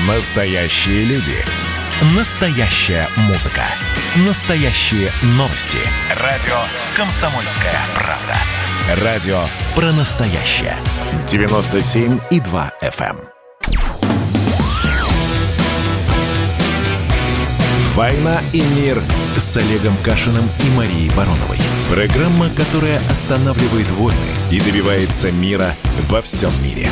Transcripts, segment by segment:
Настоящие люди. Настоящая музыка. Настоящие новости. Радио «Комсомольская правда». Радио про настоящее. 97,2 FM. «Война и мир» с Олегом Кашиным и Марией Бароновой. Программа, которая останавливает войны и добивается мира во всем мире.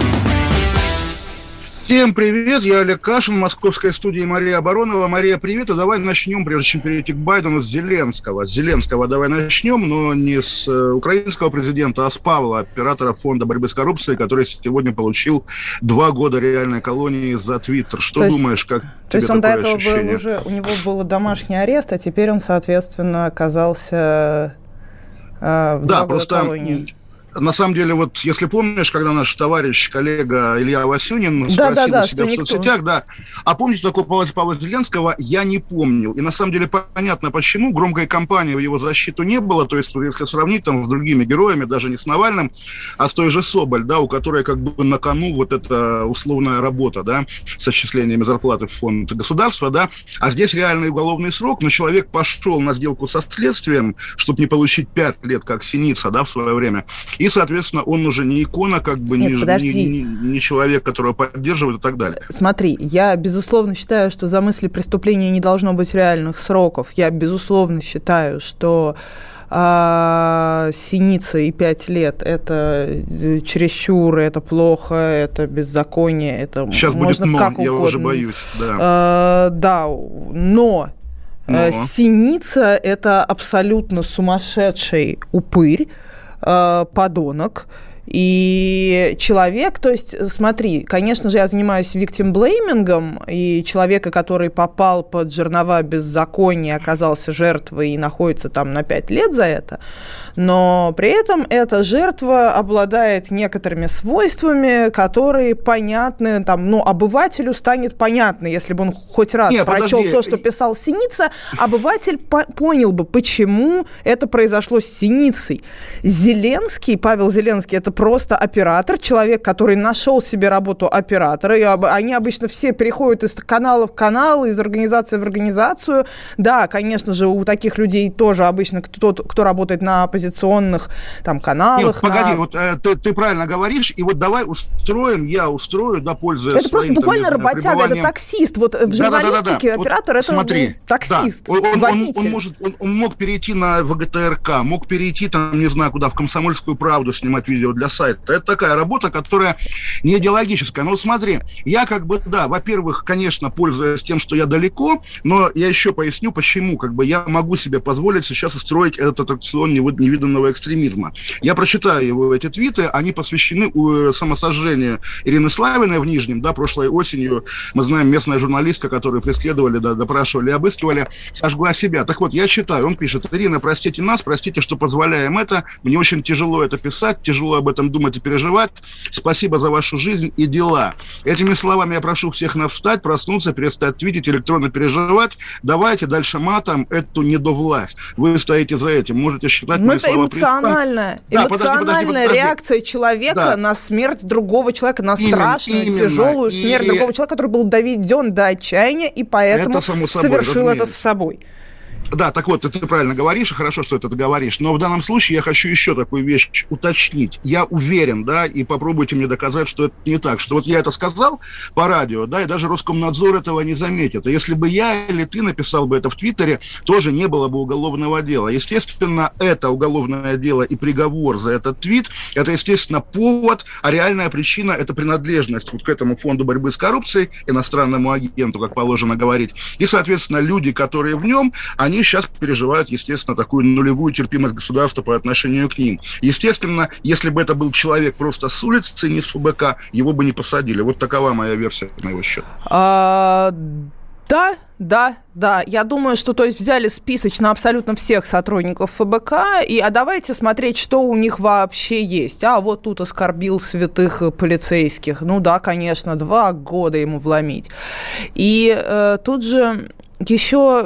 Всем привет, я Олег Кашин, в московской студии Мария Баронова. Мария, привет, и давай начнем, прежде чем перейти к Байдену, с Зеленского. С Зеленского давай начнем, но не с украинского президента, а с Павла, оператора фонда борьбы с коррупцией, который сегодня получил 2 года реальной колонии за Твиттер. Что думаешь, как то есть он до этого ощущение? был уже, у него был домашний арест, а теперь он, соответственно, оказался в 2 года колонии. На самом деле, вот если помнишь, когда наш товарищ, коллега Илья Васюнин спросил у себя в соцсетях, а помните такого Павла Зеленского, я не помнил. И на самом деле понятно почему. Громкой кампании в его защиту не было. То есть, если сравнить там с другими героями, даже не с Навальным, а с той же Соболь, да, у которой как бы на кону вот эта условная работа, да, с отчислениями зарплаты в фонд государства, да. А здесь реальный уголовный срок, но человек пошел на сделку со следствием, чтобы не получить 5 лет, как Синица, да, в свое время. И, соответственно, он уже не икона, как бы, не человек, которого поддерживают и так далее. Смотри, я, безусловно, считаю, что за мысли преступления не должно быть реальных сроков. Я, безусловно, считаю, что Синица и 5 лет – это чересчур, это плохо, это беззаконие, это сейчас можно будет как угодно. Я уже боюсь, да. Но Синица – это абсолютно сумасшедший упырь, подонок и человек, то есть, смотри, конечно же, я занимаюсь victim-blaming, и человека, который попал под жернова беззакония, оказался жертвой и находится там на 5 лет за это, но при этом эта жертва обладает некоторыми свойствами, которые понятны, там, ну, обывателю станет понятно, если бы он хоть раз прочел то, что писал Синица, обыватель понял бы, почему это произошло с Синицей. Зеленский, Павел Зеленский, это просто оператор, человек, который нашел себе работу оператора, и они обычно все переходят из канала в канал, из организации в организацию. Да, конечно же, у таких людей тоже обычно кто работает на оппозиционных там каналах. Нет, погоди, вот ты правильно говоришь, и вот давай я устрою, да, пользуясь это просто буквально работяга, это таксист. Вот в журналистике оператор вот, это смотри, таксист, да, водитель. Он мог перейти на ВГТРК, мог перейти там, не знаю куда, в «Комсомольскую правду» снимать видео для сайта. Это такая работа, которая не идеологическая. Но смотри, я как бы, да, во-первых, конечно, пользуюсь тем, что я далеко, но я еще поясню, почему как бы я могу себе позволить сейчас устроить этот аттракцион невиданного экстремизма. Я прочитаю его, эти твиты, они посвящены самосожжению Ирины Славиной в Нижнем, да, прошлой осенью, мы знаем, местная журналистка, которую преследовали, да, допрашивали, обыскивали, сожгла себя. Так вот, я читаю, он пишет: Ирина, простите нас, простите, что позволяем это, мне очень тяжело это писать, тяжело об этом думать и переживать. Спасибо за вашу жизнь и дела. Этими словами я прошу всех нас встать, проснуться, перестать твитить, электронно переживать. Давайте дальше матом эту недовласть. Вы стоите за этим. Можете считать мои слова эмоциональная реакция человека на смерть другого человека, на страшную, тяжелую смерть другого человека, который был доведен до отчаяния и поэтому совершил это с собой. Да, так вот, ты правильно говоришь, и хорошо, что ты это говоришь, но в данном случае я хочу еще такую вещь уточнить. Я уверен, да, и попробуйте мне доказать, что это не так, что вот я это сказал по радио, да, и даже Роскомнадзор этого не заметит. И если бы я или ты написал бы это в Твиттере, тоже не было бы уголовного дела. Естественно, это уголовное дело и приговор за этот твит, это, естественно, повод, а реальная причина – это принадлежность вот к этому фонду борьбы с коррупцией, иностранному агенту, как положено говорить. И, соответственно, люди, которые в нем, они сейчас переживают, естественно, такую нулевую терпимость государства по отношению к ним. Естественно, если бы это был человек просто с улицы, не с ФБК, его бы не посадили. Вот такова моя версия на его счет. Да. Я думаю, что, то есть, взяли списочно абсолютно всех сотрудников ФБК, давайте смотреть, что у них вообще есть. Вот тут оскорбил святых полицейских. Ну да, конечно, 2 года ему вломить. И тут же еще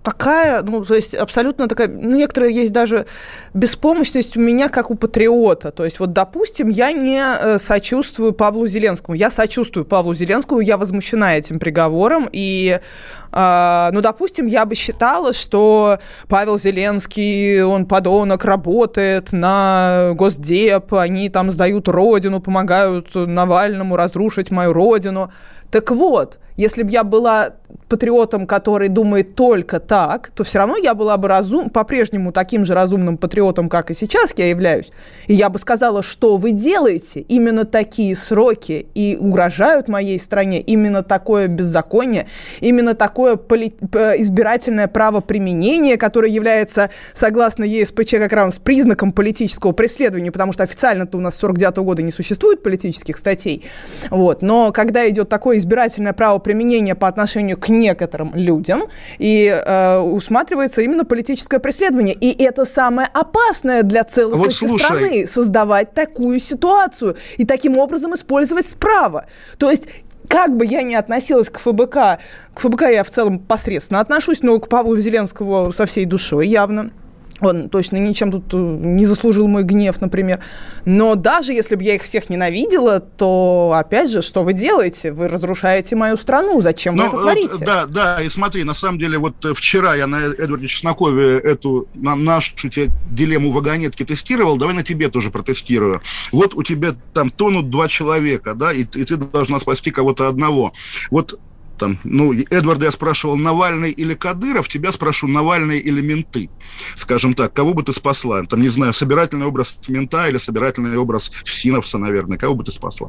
такая, то есть абсолютно такая, некоторая есть даже беспомощность у меня, как у патриота. То есть, вот, допустим, я не сочувствую Павлу Зеленскому. Я сочувствую Павлу Зеленскому, я возмущена этим приговором, и, допустим, я бы считала, что Павел Зеленский, он подонок, работает на Госдеп, они там сдают родину, помогают Навальному разрушить мою родину. Так вот, если бы я была патриотом, который думает только так, то все равно я была бы по-прежнему таким же разумным патриотом, как и сейчас я являюсь. И я бы сказала, что вы делаете, именно такие сроки и угрожают моей стране, именно такое беззаконие, именно такое избирательное правоприменение, которое является, согласно ЕСПЧ, как раз признаком политического преследования, потому что официально-то у нас с 1949 года не существует политических статей. Вот. Но когда идет такое избирательное правоприменение по отношению к некоторым людям, и усматривается именно политическое преследование. И это самое опасное для целостности страны, создавать такую ситуацию и таким образом использовать справа. То есть, как бы я ни относилась к ФБК я в целом посредственно отношусь, но к Павлу Зеленскому со всей душой явно. Он точно ничем тут не заслужил мой гнев, например. Но даже если бы я их всех ненавидела, то, опять же, что вы делаете? Вы разрушаете мою страну. Зачем вы это творите? Да, и смотри, на самом деле, вот вчера я на Эдварде Чеснокове нашу дилемму вагонетки тестировал, давай на тебе тоже протестирую. Вот у тебя там тонут 2 человека, да, и ты должна спасти кого-то одного. Вот там, Эдварда я спрашивал, Навальный или Кадыров, тебя спрошу, Навальный или менты, скажем так, кого бы ты спасла? Там, не знаю, собирательный образ мента или собирательный образ Синовса, наверное, кого бы ты спасла?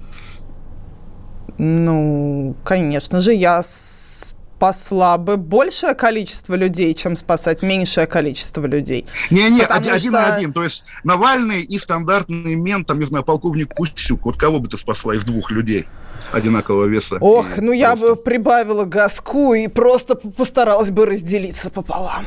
Конечно же, я спасла бы большее количество людей, чем спасать меньшее количество людей. Один на один, то есть Навальный и стандартный мент, там, не знаю, полковник Кустюк, вот кого бы ты спасла из 2 людей одинакового веса? Я бы прибавила газку и просто постаралась бы разделиться пополам.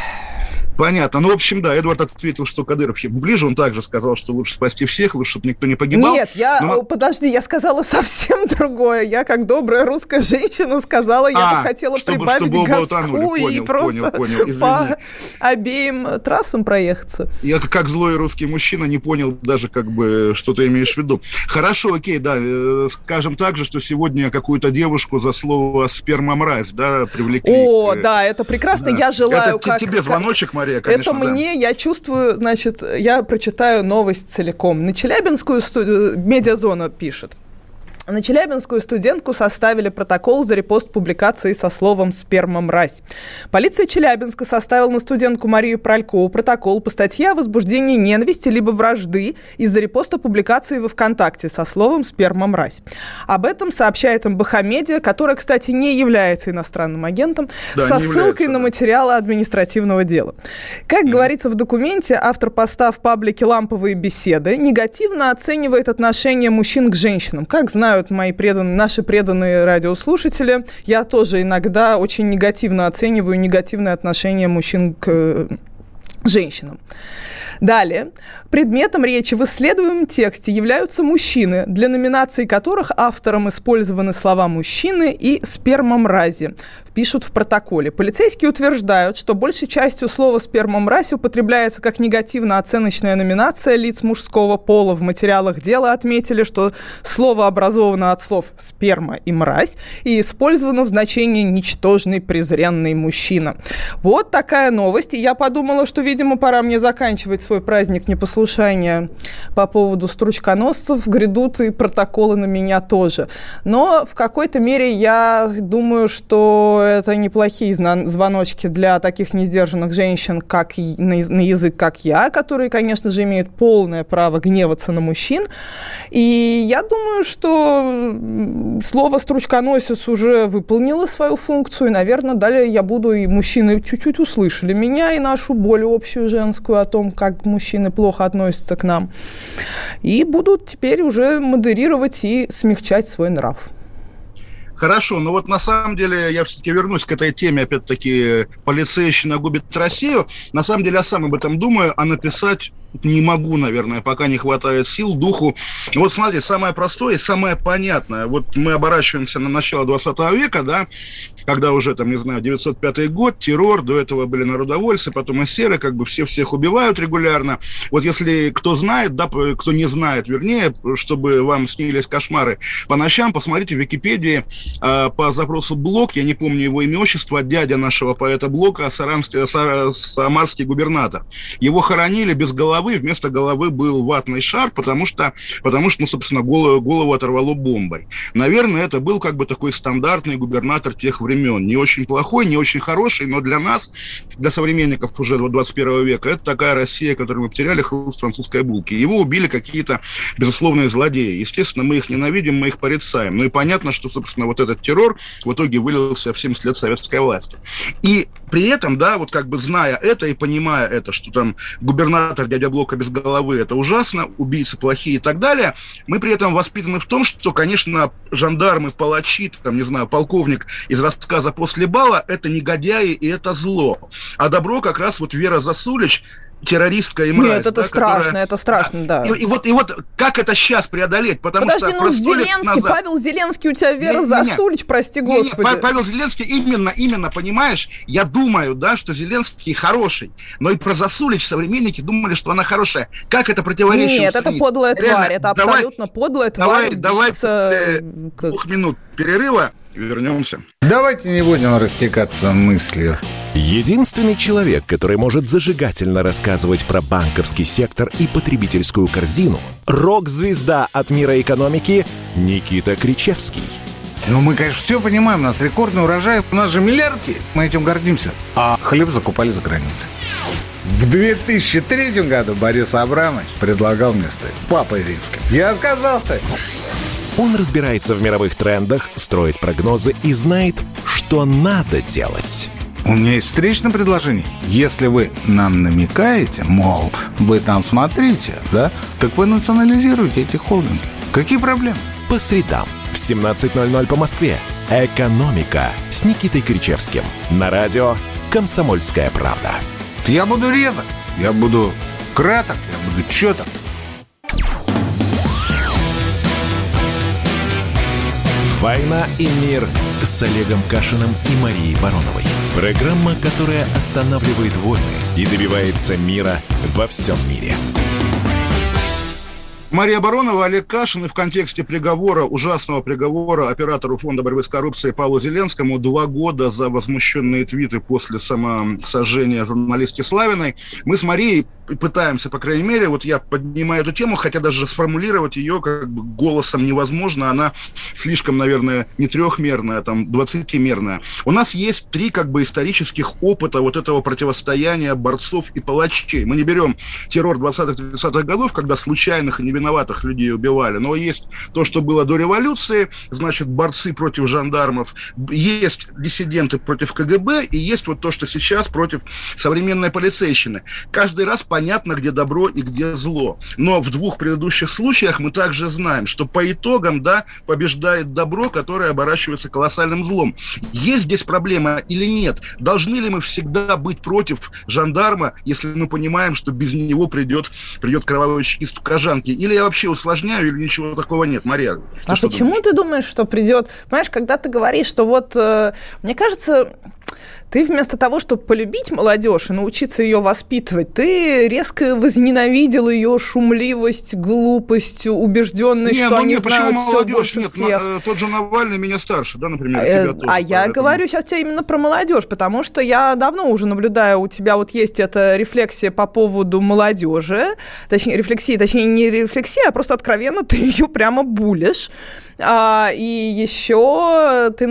Понятно. В общем, да, Эдвард ответил, что Кадыров ему ближе. Он также сказал, что лучше спасти всех, лучше, чтобы никто не погибал. Нет, подожди, я сказала совсем другое. Я, как добрая русская женщина, сказала, я бы хотела прибавить газку и просто по обеим трассам проехаться. Я, как злой русский мужчина, не понял даже, что ты имеешь в виду. Хорошо, окей, да. Скажем также, что сегодня какую-то девушку за слово «спермомразь», да, привлекли. Да, это прекрасно. Да. Я желаю, это тебе звоночек, Мария. Конечно, это мне, я чувствую, я прочитаю новость целиком. На Челябинскую Медиазона пишет. На челябинскую студентку составили протокол за репост публикации со словом «спермомразь». Полиция Челябинска составила на студентку Марию Пралькову протокол по статье о возбуждении ненависти либо вражды из-за репоста публикации во ВКонтакте со словом «спермомразь». Об этом сообщает МБХ-медиа, которая, кстати, не является иностранным агентом, со ссылкой на материалы административного дела. Как говорится в документе, автор поста в паблике «Ламповые беседы» негативно оценивает отношение мужчин к женщинам. Как знают наши преданные радиослушатели, я тоже иногда очень негативно оцениваю негативное отношение мужчин к женщинам. Далее. Предметом речи в исследуемом тексте являются мужчины, для номинаций которых автором использованы слова «мужчины» и «спермомрази», пишут в протоколе. Полицейские утверждают, что большей частью слово «спермомразь» употребляется как негативно-оценочная номинация лиц мужского пола. В материалах дела отметили, что слово образовано от слов «сперма» и «мразь» и использовано в значении «ничтожный, презренный мужчина». Вот такая новость. И я подумала, что, видимо, пора мне заканчивать свой праздник непослушания по поводу стручконосцев. Грядут и протоколы на меня тоже. Но в какой-то мере я думаю, что это неплохие звоночки для таких несдержанных женщин, как на язык, как я, которые, конечно же, имеют полное право гневаться на мужчин. И я думаю, что слово «стручконосец» уже выполнило свою функцию, и, наверное, далее я буду, и мужчины чуть-чуть услышали меня и нашу боль общую женскую о том, как мужчины плохо относятся к нам, и будут теперь уже модерировать и смягчать свой нрав. Хорошо, но вот на самом деле я все-таки вернусь к этой теме, опять-таки, полицейщина губит Россию. На самом деле я сам об этом думаю, а написать не могу, наверное, пока не хватает сил, духу. Вот смотри, самое простое и самое понятное. Вот мы оборачиваемся на начало 20 века, да, когда уже, там, не знаю, 905 год, террор, до этого были народовольцы, потом эсеры, как бы все всех убивают регулярно. Вот если кто знает, да, кто не знает, вернее, чтобы вам снились кошмары по ночам, посмотрите в Википедии по запросу Блок, я не помню его имя, отчество, дядя нашего поэта Блока, самарский губернатор. Его хоронили без головы, вместо головы был ватный шар, потому что ну, собственно, голову оторвало бомбой. Наверное, это был как бы такой стандартный губернатор тех времен. Не очень плохой, не очень хороший, но для нас, для современников уже 21 века, это такая Россия, которую мы потеряли, хруст французской булки. Его убили какие-то безусловные злодеи. Естественно, мы их ненавидим, мы их порицаем. Ну и понятно, что, собственно, вот этот террор в итоге вылился в 70 лет советской власти. И при этом, да, вот как бы зная это и понимая это, что там губернатор дядя Блока без головы, это ужасно, убийцы плохие и так далее, мы при этом воспитаны в том, что, конечно, жандармы, палачи, там, не знаю, полковник из рассказа «После бала» — это негодяи и это зло. А добро как раз вот Вера Засулич, террористка и мразь. Нет, это страшно, которая... это страшно, да. И вот как это сейчас преодолеть? Потому Подожди, что Зеленский, назад... Павел Зеленский, у тебя Вера Засулич, прости господи. Павел Зеленский, именно, понимаешь, я думаю, да, что Зеленский хороший, но и про Засулич современники думали, что она хорошая. Как это противоречит? Нет, это подлая тварь, это абсолютно подлая тварь. Давай после 2 минут перерыва вернемся. Давайте не будем растекаться мыслью. Единственный человек, который может зажигательно рассказывать про банковский сектор и потребительскую корзину, рок-звезда от мира экономики Никита Кричевский. Ну, мы, конечно, все понимаем, у нас рекордный урожай, у нас же миллиард есть, мы этим гордимся. А хлеб закупали за границей. В 2003 году Борис Абрамович предлагал мне стать папой римским. Я отказался. Он разбирается в мировых трендах, строит прогнозы и знает, что надо делать. У меня есть встречное предложение. Если вы нам намекаете, мол, вы там смотрите, да, так вы национализируете эти холдинги. Какие проблемы? По средам в 17:00 по Москве. «Экономика» с Никитой Кричевским. На радио «Комсомольская правда». Я буду резок, я буду краток, я буду чёток. «Война и мир» с Олегом Кашиным и Марией Бароновой. Программа, которая останавливает войны и добивается мира во всем мире. Мария Баронова, Олег Кашин, и в контексте приговора, ужасного приговора оператору Фонда борьбы с коррупцией Павлу Зеленскому 2 года за возмущенные твиты после самосожжения журналистки Славиной, мы с Марией пытаемся, по крайней мере, вот я поднимаю эту тему, хотя даже сформулировать ее как бы голосом невозможно, она слишком, наверное, не трехмерная, там 20-мерная. У нас есть 3 как бы исторических опыта вот этого противостояния борцов и палачей. Мы не берем террор 20-30-х годов, когда случайных и невиноватых людей убивали, но есть то, что было до революции, значит, борцы против жандармов, есть диссиденты против КГБ, и есть вот то, что сейчас против современной полицейщины. Каждый раз понятно, где добро и где зло. Но в 2 предыдущих случаях мы также знаем, что по итогам, да, побеждает добро, которое оборачивается колоссальным злом. Есть здесь проблема или нет? Должны ли мы всегда быть против жандарма, если мы понимаем, что без него придет кровавый чекист в Кожанке? Или я вообще усложняю, или ничего такого нет? Мария, а почему думаешь? Ты думаешь, что придет? Понимаешь, когда ты говоришь, что вот, мне кажется... Ты вместо того, чтобы полюбить молодежь и научиться ее воспитывать, ты резко возненавидел ее шумливость, глупость, убежденность, что они знают все больше всех. Тот же Навальный меня старше, да, например, тебя тоже. А я говорю сейчас тебе именно про молодежь, потому что я давно уже наблюдаю, у тебя вот есть эта рефлексия по поводу молодежи, точнее не рефлексия, а просто откровенно ты ее прямо булишь. И еще ты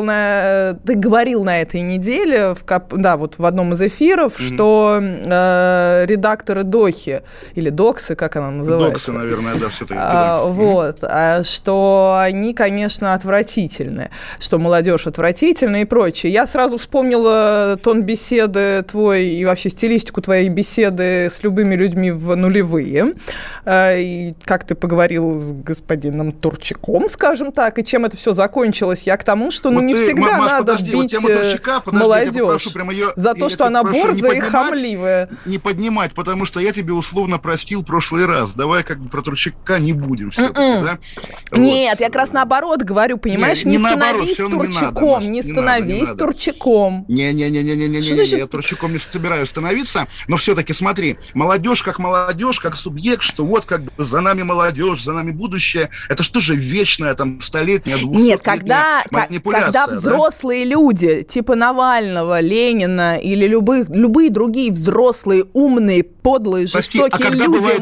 говорил на этой неделе, в одном из эфиров, что редакторы Дохи, или Доксы, как она называется? Доксы, наверное, да, все-таки. Что они, конечно, отвратительны, что молодежь отвратительна и прочее. Я сразу вспомнила тон беседы твой и вообще стилистику твоей беседы с любыми людьми в нулевые. И как ты поговорил с господином Турчаком, скажем так, и чем это все закончилось. Я к тому, что не всегда надо бить молодежь за то, что она борзая и хамливая. Не поднимать, потому что я тебе условно простил в прошлый раз. Давай как бы про Турчака не будем все-таки, да? Нет, я как раз наоборот говорю, понимаешь, не становись Турчаком, не становись Турчаком. Не-не-не, я Турчаком не собираюсь становиться, но все-таки смотри, молодежь, как субъект, что вот как бы за нами молодежь, за нами будущее, это что же вечная там столетняя, 200-летняя манипуляция? Когда взрослые люди, типа Навального, Ленина или любые другие взрослые, умные, подлые, жестокие люди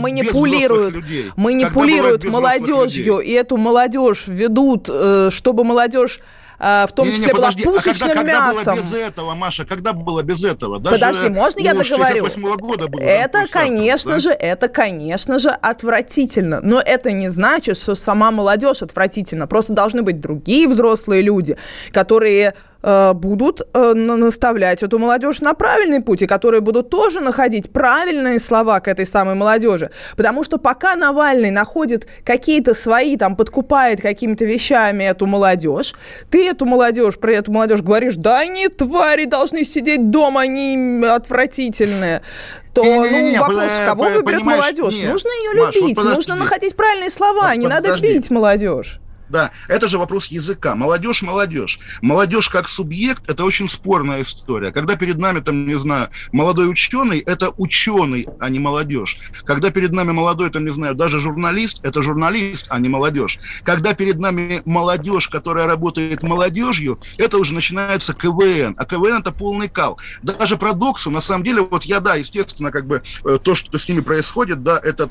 манипулируют молодежью, и эту молодежь ведут, чтобы молодежь в том числе была пушечным мясом. Когда было без этого, Маша? Когда было без этого? Подожди, можно я договорю? Это, конечно же, отвратительно. Но это не значит, что сама молодежь отвратительна. Просто должны быть другие взрослые люди, которые будут наставлять эту молодежь на правильный путь, и которые будут тоже находить правильные слова к этой самой молодежи. Потому что пока Навальный находит какие-то свои, там, подкупает какими-то вещами эту молодежь, ты про эту молодежь говоришь, да они твари, должны сидеть дома, они отвратительные. То, вопрос, кого выберет молодежь? Нужно ее любить, нужно находить правильные слова, не надо бить молодежь. Да, это же вопрос языка. Молодежь. Молодежь как субъект – это очень спорная история. Когда перед нами, там, не знаю, молодой ученый – это ученый, а не молодежь. Когда перед нами молодой, там, не знаю, даже журналист – это журналист, а не молодежь. Когда перед нами молодежь, которая работает молодежью, это уже начинается КВН. А КВН – это полный кал. Даже про доксу, на самом деле, вот я, да, естественно, как бы то, что с ними происходит, да, этот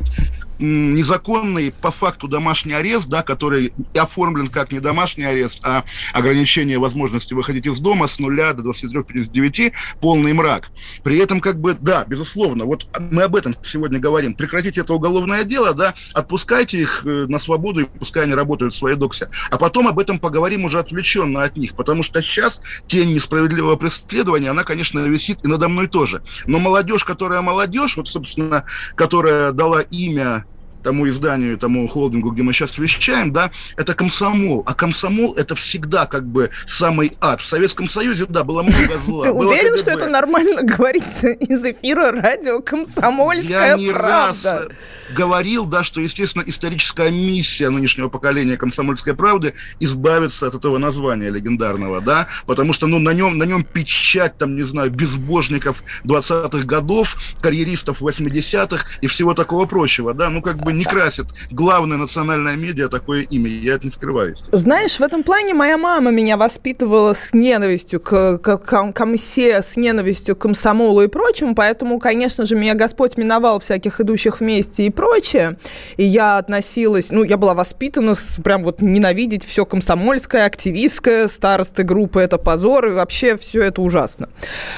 незаконный по факту домашний арест, да, который оформлен как не домашний арест, а ограничение возможности выходить из дома с 0 до 23:59, полный мрак. При этом, как бы, да, безусловно, вот мы об этом сегодня говорим. Прекратите это уголовное дело, да, отпускайте их на свободу, и пускай они работают в своей доксе. А потом об этом поговорим уже отвлеченно от них, потому что сейчас тень несправедливого преследования, она, конечно, висит и надо мной тоже. Но молодежь, вот, собственно, которая дала имя тому изданию, тому холдингу, где мы сейчас вещаем, да, это комсомол. А комсомол – это всегда как бы самый ад. В Советском Союзе, да, было много зла. Ты уверен, что это нормально говорится из эфира радио «Комсомольская правда»? Я не раз говорил, да, что, естественно, историческая миссия нынешнего поколения «Комсомольской правды» избавиться от этого названия легендарного, да, потому что, на нем печать, там, не знаю, безбожников 20-х годов, карьеристов 80-х и всего такого прочего, да, как бы не красит главное национальное медиа такое имя, я это не скрываю. Знаешь, в этом плане моя мама меня воспитывала с ненавистью к комсе, с ненавистью к комсомолу и прочему, поэтому, конечно же, меня Господь миновал всяких идущих вместе и прочее, и я относилась, я была воспитана прям вот ненавидеть все комсомольское, активистское, старосты группы, это позор, и вообще все это ужасно.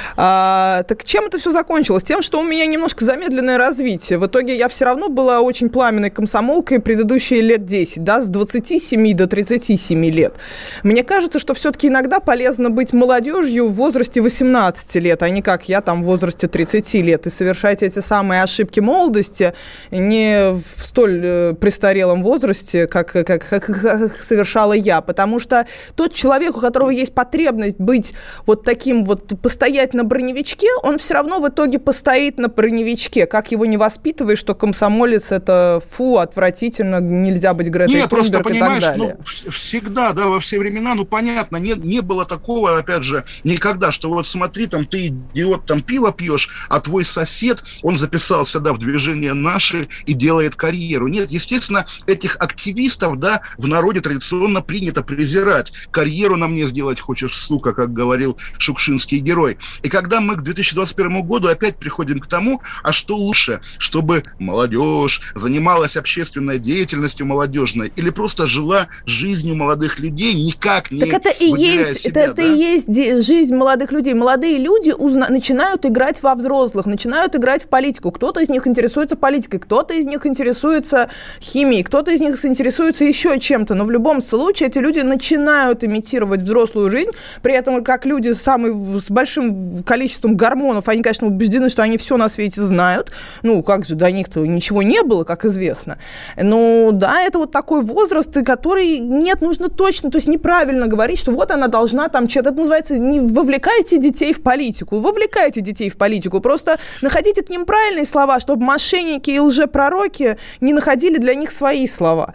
Так чем это все закончилось? Тем, что у меня немножко замедленное развитие. В итоге я все равно была очень пламенной комсомолкой предыдущие лет 10, да, с 27 до 37 лет. Мне кажется, что все-таки иногда полезно быть молодежью в возрасте 18 лет, а не как я там в возрасте 30 лет, и совершать эти самые ошибки молодости не в столь престарелом возрасте, как совершала я, потому что тот человек, у которого есть потребность быть вот таким вот, постоять на броневичке, он все равно в итоге постоит на броневичке, как его не воспитываешь, что комсомолец это отвратительно, нельзя быть Гретой Тунберг и так далее. Всегда, да, во все времена, понятно, не было такого, опять же, никогда, что вот смотри, там, ты идиот, там, пиво пьешь, а твой сосед, он записался, да, в движение «Наши» и делает карьеру. Нет, естественно, этих активистов, да, в народе традиционно принято презирать. Карьеру на мне сделать хочешь, сука, как говорил шукшинский герой. И когда мы к 2021 году опять приходим к тому, а что лучше, чтобы молодежь занималась общественной деятельностью молодежной или просто жила жизнью молодых людей, никак не выделяя себя. Это и есть жизнь молодых людей. Молодые люди начинают играть во взрослых, начинают играть в политику. Кто-то из них интересуется политикой, кто-то из них интересуется химией, кто-то из них интересуется еще чем-то. Но в любом случае эти люди начинают имитировать взрослую жизнь, при этом как люди с большим количеством гормонов, они, конечно, убеждены, что они все на свете знают. Как же до них-то ничего не было, как известно. Ну, да, это вот такой возраст, который, нет, нужно точно, то есть неправильно говорить, что вот она должна там что-то, это называется, не вовлекайте детей в политику. Вовлекайте детей в политику, просто находите к ним правильные слова, чтобы мошенники и лжепророки не находили для них свои слова.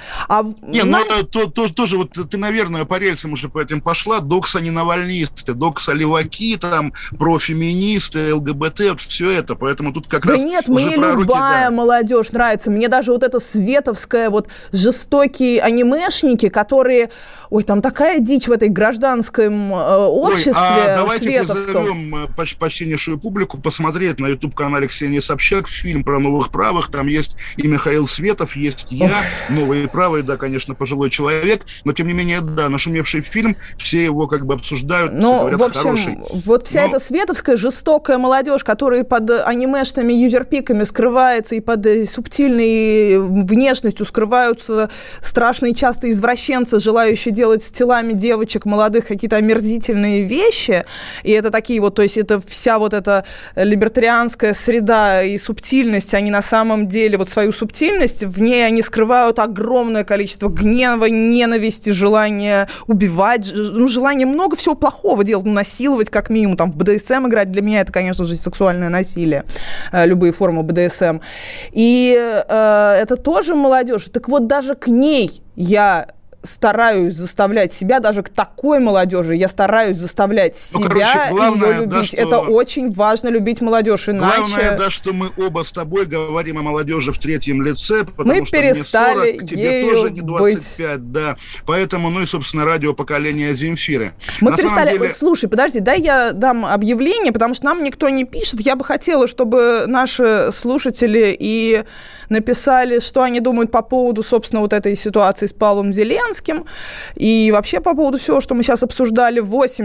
Тоже вот ты, наверное, по рельсам уже по этим пошла, докса-ненавальнисты, докса-леваки, там, профеминисты, ЛГБТ, вот все это, поэтому тут как раз... Да нет, мне любая молодежь нравится, мне даже вот эта световская, вот жестокие анимешники, которые, ой, там такая дичь в этой гражданском обществе давайте световском. призовем почтеннейшую публику посмотреть на YouTube-канале Ксении Собчак фильм про новых правых, там есть и Михаил Светов, есть я, новые правые, да, конечно, пожилой человек, но тем не менее, да, нашумевший фильм, все его как бы обсуждают, говорят, в общем, хороший. Вот вся эта световская жестокая молодежь, которая под анимешными юзерпиками скрывается и под субтильной внешностью скрываются страшные часто извращенцы, желающие делать с телами девочек молодых какие-то омерзительные вещи, и это такие вот, то есть это вся вот эта либертарианская среда и субтильность, они на самом деле, вот свою субтильность, в ней они скрывают огромное количество гнева, ненависти, желания убивать, желания много всего плохого делать, насиловать как минимум, там в БДСМ играть, для меня это, конечно же, сексуальное насилие, любые формы БДСМ. И это тоже молодежь. Так вот, даже к ней я стараюсь заставлять себя, даже к такой молодежи, я стараюсь заставлять себя ее любить. Да, что... Это очень важно, любить молодежь, иначе... Главное, да, что мы оба с тобой говорим о молодежи в третьем лице, потому мы что перестали мне 40, тебе тоже не 25, быть. Да. Поэтому, ну и, собственно, радио поколения Земфиры. Мы на перестали... Деле... Слушай, подожди, дай я дам объявление, потому что нам никто не пишет. Я бы хотела, чтобы наши слушатели и написали, что они думают по поводу, собственно, вот этой ситуации с Павлом Зеленским, и вообще по поводу всего, что мы сейчас обсуждали. 8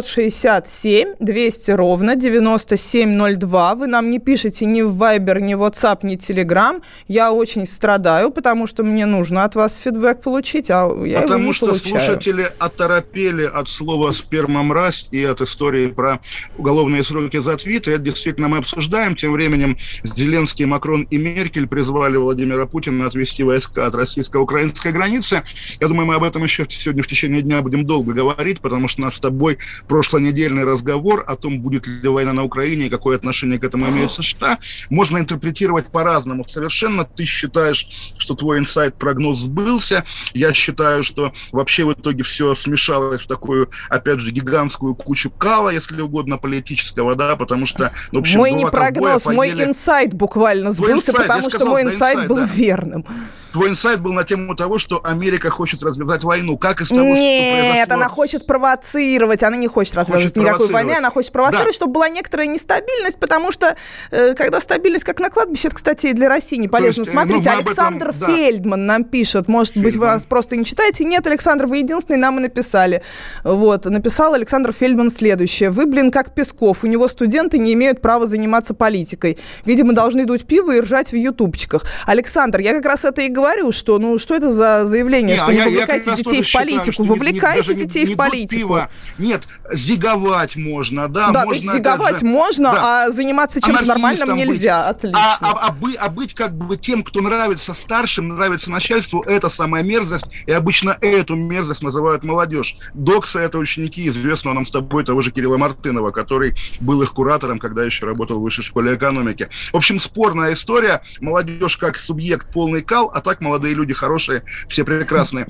967 200 ровно 9702. Вы нам не пишете ни в Viber, ни в WhatsApp, ни Telegram. Я очень страдаю, потому что мне нужно от вас фидбэк получить, а я его не получаю. Потому что слушатели оторопели от слова «сперма-мразь» и от истории про уголовные сроки за твиты. Это действительно мы обсуждаем. Тем временем Зеленский, Макрон и Меркель призвали Владимира Путина отвести войска от российско-украинской границы. Я думаю, мы об этом еще сегодня в течение дня будем долго говорить, потому что наш с тобой прошлонедельный разговор о том, будет ли война на Украине и какое отношение к этому имеют США, можно интерпретировать по-разному совершенно. Ты считаешь, что твой инсайт-прогноз сбылся. Я считаю, что вообще в итоге все смешалось в такую, опять же, гигантскую кучу кала, если угодно, политического, да, потому что... В общем, мой не прогноз, мой инсайт буквально сбылся, потому что мой инсайт был верным. Твой инсайт был на тему того, что Америка хочет развязать войну. Как из того, что произошло? Нет, она хочет провоцировать. Она не хочет развязывать никакой войны. Она хочет провоцировать, чтобы была некоторая нестабильность, потому что, когда стабильность, как на кладбище, это, кстати, и для России не полезно. Смотрите, Александр Фельдман нам пишет. Может быть, вы вас просто не читаете. Нет, Александр, вы единственный, нам и написали. Вот, написал Александр Фельдман следующее. Вы, как Песков. У него студенты не имеют права заниматься политикой. Видимо, должны дуть пиво и ржать в ютубчиках. Александр, я как раз это и говорю, что, что это за заявление, что не вовлекайте детей в политику. Вовлекайте детей в политику. Нет, зиговать можно, да. Да, можно, зиговать можно, да. А заниматься чем-то нормальным нельзя. Отлично. А быть как бы тем, кто нравится старшим, нравится начальству, это самая мерзость. И обычно эту мерзость называют молодежь. Доксы — это ученики известного нам с тобой того же Кирилла Мартынова, который был их куратором, когда еще работал в высшей школе экономики. В общем, спорная история. Молодежь как субъект полный кал, а так молодые люди хорошие, все прекрасные.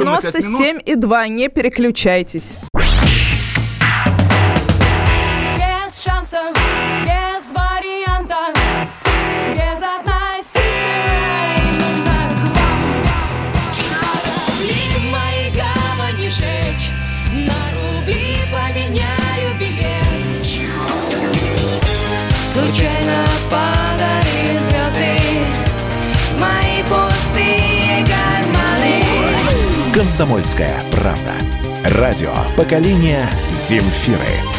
97,2, не переключайтесь. Без шанса, без варианта, без относительно к вам. Корабли мои гавани жечь, на рубли поменяю билет. Случайно падали звезды, мои пустые карманы. «Комсомольская правда». Радио поколения Земфиры.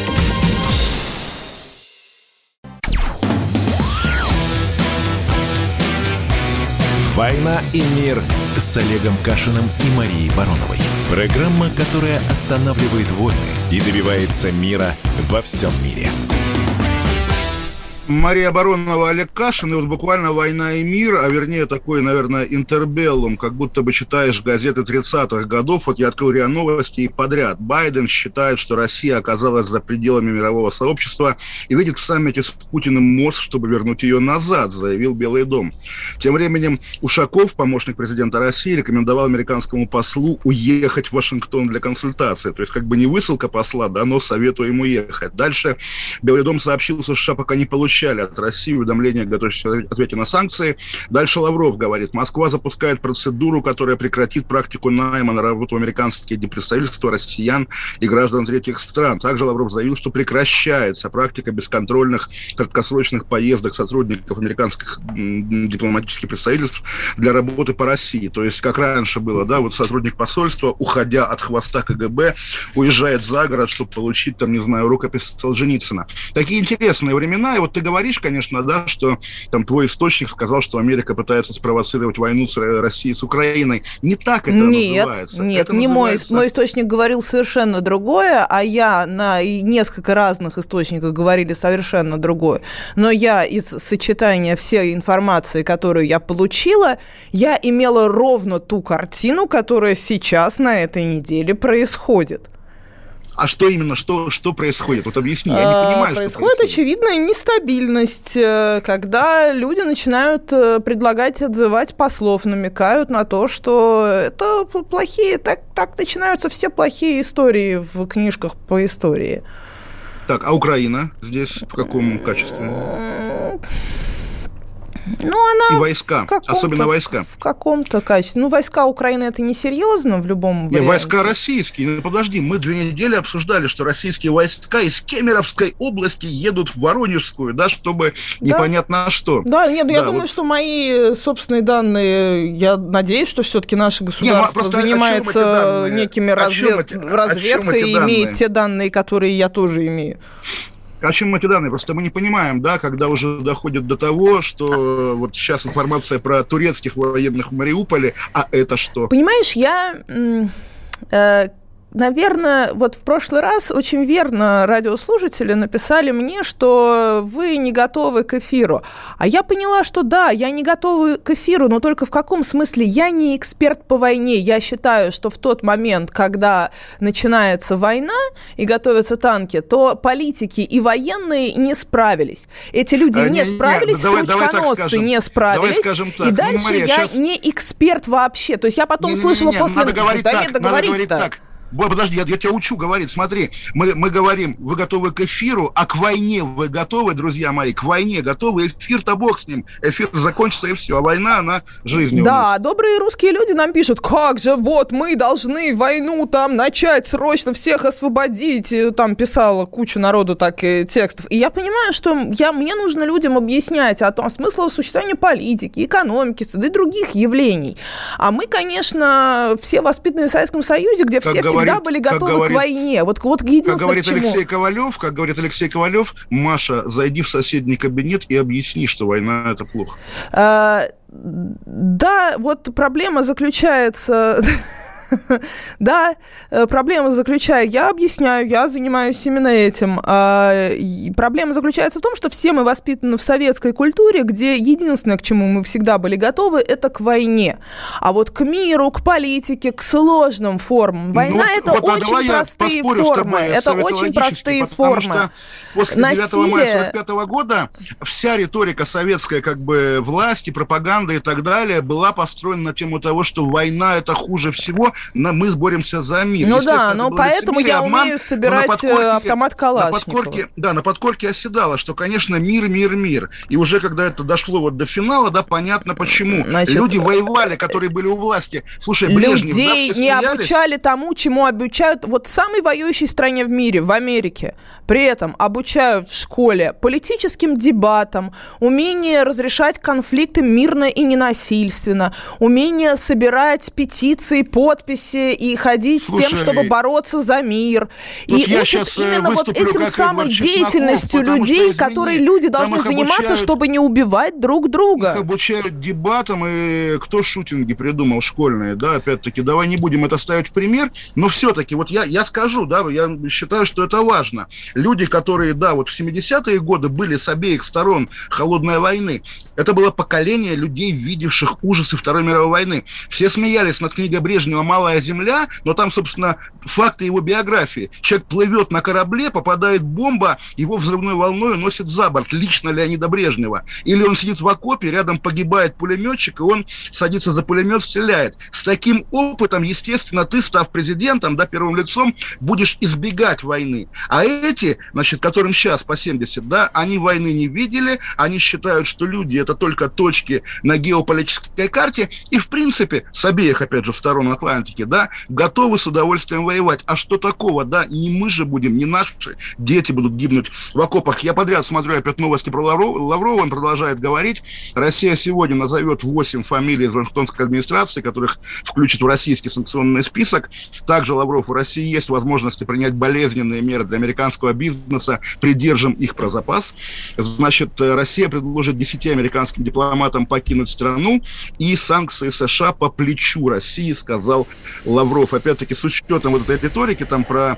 «Война и мир» с Олегом Кашиным и Марией Бароновой. Программа, которая останавливает войны и добивается мира во всем мире. Мария Баронова, Олег Кашин, и вот буквально «Война и мир», а вернее такой, наверное, интербеллум, как будто бы читаешь газеты 30-х годов. Вот я открыл РИА Новости и подряд. Байден считает, что Россия оказалась за пределами мирового сообщества и видит в саммите с Путиным мост, чтобы вернуть ее назад, заявил Белый дом. Тем временем Ушаков, помощник президента России, рекомендовал американскому послу уехать в Вашингтон для консультации. То есть как бы не высылка посла, да, но советую ему ехать. Дальше Белый дом сообщил, что США пока не получили от России уведомления о готовности ответе на санкции. Дальше Лавров говорит, Москва запускает процедуру, которая прекратит практику найма на работу в американские диппредставительства россиян и граждан третьих стран. Также Лавров заявил, что прекращается практика бесконтрольных краткосрочных поездок сотрудников американских дипломатических представительств для работы по России. То есть, как раньше было, да, вот сотрудник посольства, уходя от хвоста КГБ, уезжает за город, чтобы получить, там, не знаю, рукопись Солженицына. Такие интересные времена, и вот ты говоришь, конечно, да, что там твой источник сказал, что Америка пытается спровоцировать войну с Россией, с Украиной. Не так это называется. Нет, не называется... мой источник говорил совершенно другое, а я на несколько разных источниках говорили совершенно другое. Но я из сочетания всей информации, которую я получила, я имела ровно ту картину, которая сейчас на этой неделе происходит. А что именно, что происходит? Вот объясни, я не понимаю, происходит очевидная нестабильность, когда люди начинают предлагать отзывать послов, намекают на то, что это плохие, так начинаются все плохие истории в книжках по истории. Так, а Украина здесь в каком качестве? Ну, она и войска, особенно войска. В каком-то качестве. Ну, войска Украины это несерьезно в любом варианте. Войска российские. Ну, подожди, мы 2 недели обсуждали, что российские войска из Кемеровской области едут в Воронежскую, да, чтобы непонятно что. Да, нет, я думаю, что мои собственные данные, я надеюсь, что все-таки наше государство занимается некими разведкой и имеет те данные, которые я тоже имею. О чем эти данные? Просто мы не понимаем, да, когда уже доходит до того, что вот сейчас информация про турецких военных в Мариуполе, а это что? Понимаешь, наверное, вот в прошлый раз очень верно радиослушатели написали мне, что вы не готовы к эфиру. А я поняла, что да, я не готова к эфиру, но только в каком смысле? Я не эксперт по войне. Я считаю, что в тот момент, когда начинается война и готовятся танки, то политики и военные не справились. Эти люди не справились, стручконосцы не справились. И дальше я не эксперт вообще. То есть я потом слышала после... Надо говорить так. Подожди, я тебя учу говорить. Смотри, мы говорим, вы готовы к эфиру, а к войне вы готовы, друзья мои, к войне готовы. Эфир-то бог с ним. Эфир закончится и все, а война, она жизнь. Да, добрые русские люди нам пишут, как же, вот, мы должны войну там начать срочно, всех освободить. Там писала куча народу так текстов. И я понимаю, что мне нужно людям объяснять о том смысле существования политики, экономики, да и других явлений. А мы, конечно, все воспитанные в Советском Союзе, где все всегда были готовы к войне. Вот единственное, как говорит Алексей Ковалев, Маша, зайди в соседний кабинет и объясни, что война – это плохо. Да, вот проблема заключается... Да, проблема заключается, я объясняю, я занимаюсь именно этим. Проблема заключается в том, что все мы воспитаны в советской культуре, где единственное, к чему мы всегда были готовы, это к войне. А вот к миру, к политике, к сложным формам. Война – это очень простые формы. Это очень простые формы. Что после 9 мая 1945 года вся риторика советская, как бы, власти, пропаганда и так далее была построена на тему того, что война – это хуже всего, мы боремся за мир. Ну да, но поэтому я умею собирать автомат Калашникова. На подкорке оседало, что, конечно, мир. И уже когда это дошло вот до финала, да, понятно почему. Значит, люди воевали, которые были у власти. Слушай, Брежнев, людей не обучали тому, чему обучают вот в самой воюющей стране в мире, в Америке. При этом обучают в школе политическим дебатам, умение разрешать конфликты мирно и ненасильственно, умение собирать петиции, подписи подписи и ходить с тем, чтобы бороться за мир. И учат именно вот этим самой деятельностью людей, которые люди должны заниматься, чтобы не убивать друг друга. Их обучают дебатам, и кто шутинги придумал школьные, да, опять-таки, давай не будем это ставить в пример, но все-таки, вот я скажу, да, я считаю, что это важно. Люди, которые, да, вот в 70-е годы были с обеих сторон холодной войны, это было поколение людей, видевших ужасы Второй мировой войны. Все смеялись над книгой Брежнева «Малая земля», но там, собственно, факты его биографии. Человек плывет на корабле, попадает бомба, его взрывной волной уносит за борт. Лично Леонида Брежнева. Или он сидит в окопе, рядом погибает пулеметчик, и он садится за пулемет, стреляет. С таким опытом, естественно, ты, став президентом, да, первым лицом, будешь избегать войны. А эти, значит, которым сейчас по 70, да, они войны не видели, они считают, что люди — это только точки на геополитической карте, и, в принципе, с обеих, опять же, сторон Атлантики, да, готовы с удовольствием воевать. А что такого, да, не мы же будем, не наши дети будут гибнуть в окопах. Я подряд смотрю опять новости про Лаврова, он продолжает говорить. Россия сегодня назовет 8 фамилий из Вашингтонской администрации, которых включит в российский санкционный список. Также Лавров: у России есть возможности принять болезненные меры для американского бизнеса, придержим их про запас. Значит, Россия предложит 10 американским дипломатам покинуть страну, и санкции США по плечу России, сказал Лавров. Опять-таки, с учетом вот этой риторики, там про,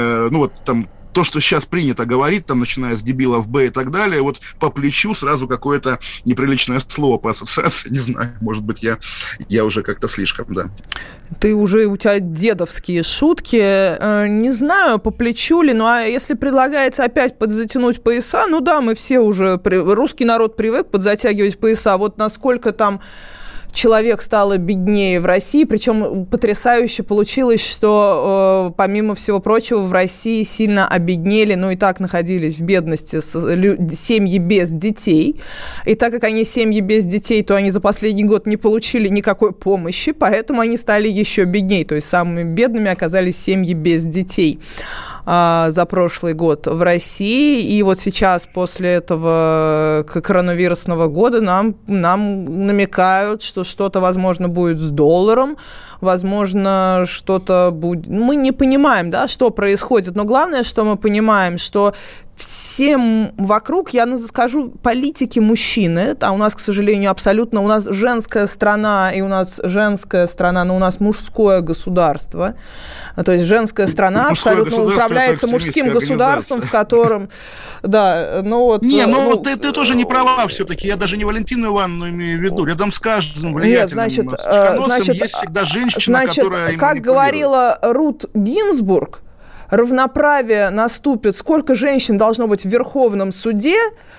то, что сейчас принято говорить, там, начиная с дебилов Б и так далее, вот по плечу сразу какое-то неприличное слово по ассоциации, не знаю, может быть, я уже как-то слишком, да. У тебя дедовские шутки, не знаю, по плечу ли, а если предлагается опять подзатянуть пояса, мы все уже, русский народ привык подзатягивать пояса, вот насколько там человек стало беднее в России, причем потрясающе получилось, что, помимо всего прочего, в России сильно обеднели, и так находились в бедности семьи без детей. И так как они семьи без детей, то они за последний год не получили никакой помощи, поэтому они стали еще беднее. То есть самыми бедными оказались семьи без детей за прошлый год в России. И вот сейчас, после этого коронавирусного года, нам намекают, что что-то, возможно, будет с долларом, возможно, что-то будет... Мы не понимаем, да, что происходит, но главное, что мы понимаем, что всем вокруг, я скажу, политики мужчины, а у нас, к сожалению, абсолютно, у нас женская страна, и у нас женская страна, но у нас мужское государство, то есть женская страна мужское абсолютно управляется мужским государством, в котором, да, ты тоже не права все-таки, я даже не Валентину Ивановну имею в виду, рядом с каждым влиятельным психоносом есть всегда женщина, которая... Как говорила Рут Гинзбург, равноправие наступит, сколько женщин должно быть в Верховном суде,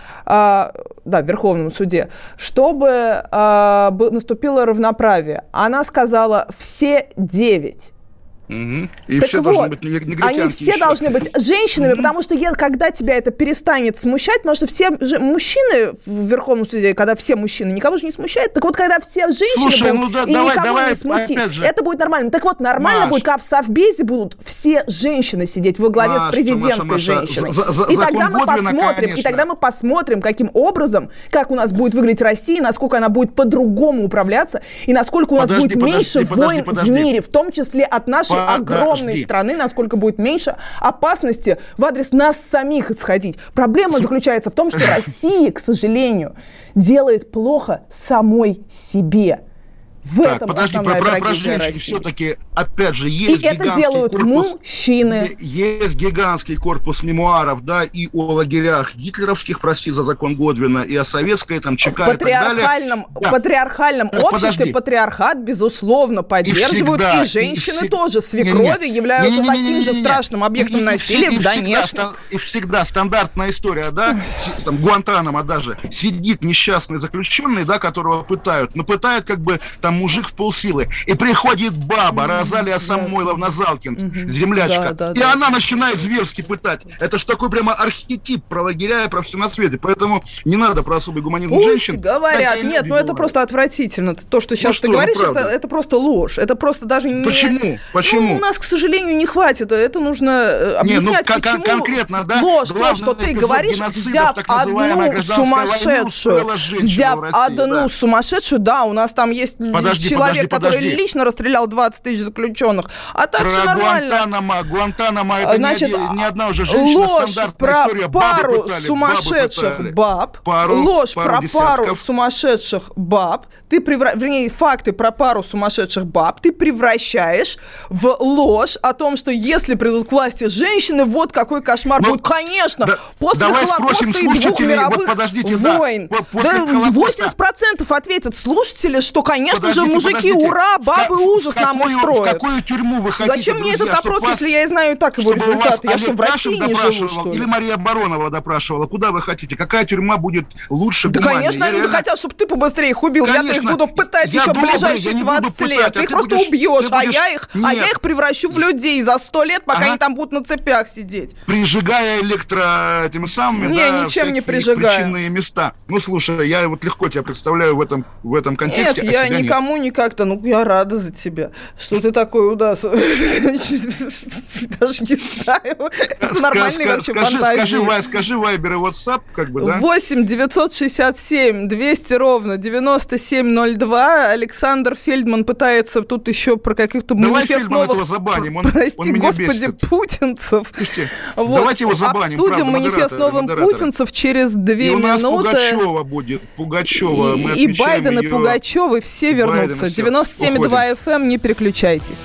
чтобы наступило равноправие. Она сказала все 9. И так все должны быть негритянки. Они все должны быть женщинами, потому что когда тебя это перестанет смущать, потому что все мужчины в Верховном суде, когда все мужчины, никого же не смущает, так вот, когда все женщины будут, никого не смутит, это будет нормально. Так вот, нормально будет, когда в Совбезе будут все женщины сидеть во главе с президентской женщиной. И тогда мы посмотрим, каким образом, как у нас будет выглядеть Россия, насколько она будет по-другому управляться, и насколько у нас будет меньше войн в мире, в том числе от нашей огромной страны, насколько будет меньше опасности в адрес нас самих исходить. Проблема заключается в том, что Россия, к сожалению, делает плохо самой себе. В этом основная трагедия России. Все-таки, опять же, есть гигантский корпус, мужчины. Есть гигантский корпус мемуаров, да, и о лагерях гитлеровских, прости за закон Годвина, и о советской, там, ЧК и так далее. В патриархальном обществе патриархат, безусловно, поддерживают, и женщины тоже, свекрови, являются таким же страшным объектом насилия, конечно. И всегда стандартная история, да, там, Гуантанамо даже, сидит несчастный заключенный, да, которого пытают, но пытают как бы там мужик в полсилы. И приходит баба, Розалия Самойловна Залкин, землячка, и она начинает зверски пытать. Это ж такой прямо архетип про лагеря и про все на свете. поэтому не надо про особый гуманизм женщин. Говорят, нет, это просто отвратительно. То, что сейчас ты говоришь, это просто ложь. Это просто даже не... Почему? У нас, к сожалению, не хватит. Это нужно объяснять, почему конкретно, да? ложь. То, что ты говоришь, взяв одну сумасшедшую, да, у нас там есть человек, который лично расстрелял 20 тысяч заключенных. А так все нормально. Гуантанамо, это значит, не одна уже женщина, стандартная история. Пару сумасшедших баб. Ложь про пару сумасшедших баб. Вернее, факты про пару сумасшедших баб ты превращаешь в ложь о том, что если придут к власти женщины, вот какой кошмар будет. Конечно, после Холокоста и 2 мировых войн. 80% ответят слушатели, что, конечно же, мужики, ура, бабы ужас нам устроят. В какую тюрьму вы хотите, Зачем мне этот опрос, если я и знаю так его результаты? Я что, в России не живу, что ли? Или Мария Баронова допрашивала? Куда вы хотите? Какая тюрьма будет лучше, гуманнее? Да, конечно, они захотят, чтобы ты побыстрее их убил. Я-то их буду пытать еще ближайшие 20 лет. Ты их просто убьешь, а я их превращу в людей за 100 лет, пока они там будут на цепях сидеть. Прижигая теми самыми, ничем не прижигая. Причинные места. Ну, слушай, я вот легко тебя представляю в этом контексте. Нет, я никому не как-то, я рада за тебя, что ты такой у нас. Даже не знаю. Это нормальные вообще фантазии. Скажи Вайбер и WhatsApp, как бы, да? 8 967 200 ровно 9702. Александр Фельдман пытается тут еще про каких-то манифест новых... Прости, господи, путинцев. Давайте его забаним. Обсудим манифест новым путинцев через 2 минуты. И у нас Пугачева будет. Пугачева. И Байден, и Пугачева, и все вернутся. 97,2 FM, не переключайтесь.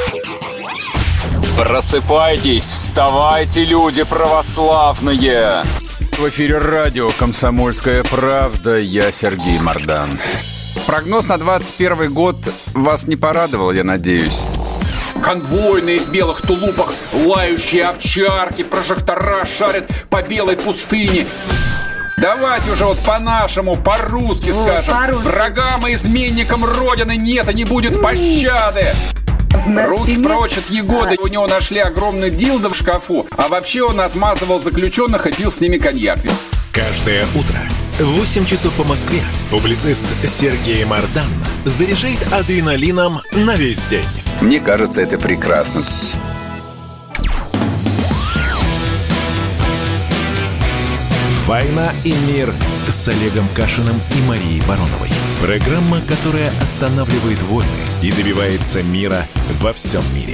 Просыпайтесь, вставайте, люди православные! В эфире радио «Комсомольская правда». Я Сергей Мордан. Прогноз на 21 год вас не порадовал, я надеюсь. Конвойные в белых тулупах, лающие овчарки, прожектора шарят по белой пустыне. Давайте уже по-нашему, по-русски скажем. По-русски. Врагам и изменникам Родины нет и не будет пощады. Руки прочь от Егоды. У него нашли огромный дилдо в шкафу. А вообще он отмазывал заключенных и пил с ними коньяк. Каждое утро в 8 часов по Москве публицист Сергей Мордан заряжает адреналином на весь день. Мне кажется, это прекрасно. «Война и мир» с Олегом Кашиным и Марией Бароновой. Программа, которая останавливает войны и добивается мира во всем мире.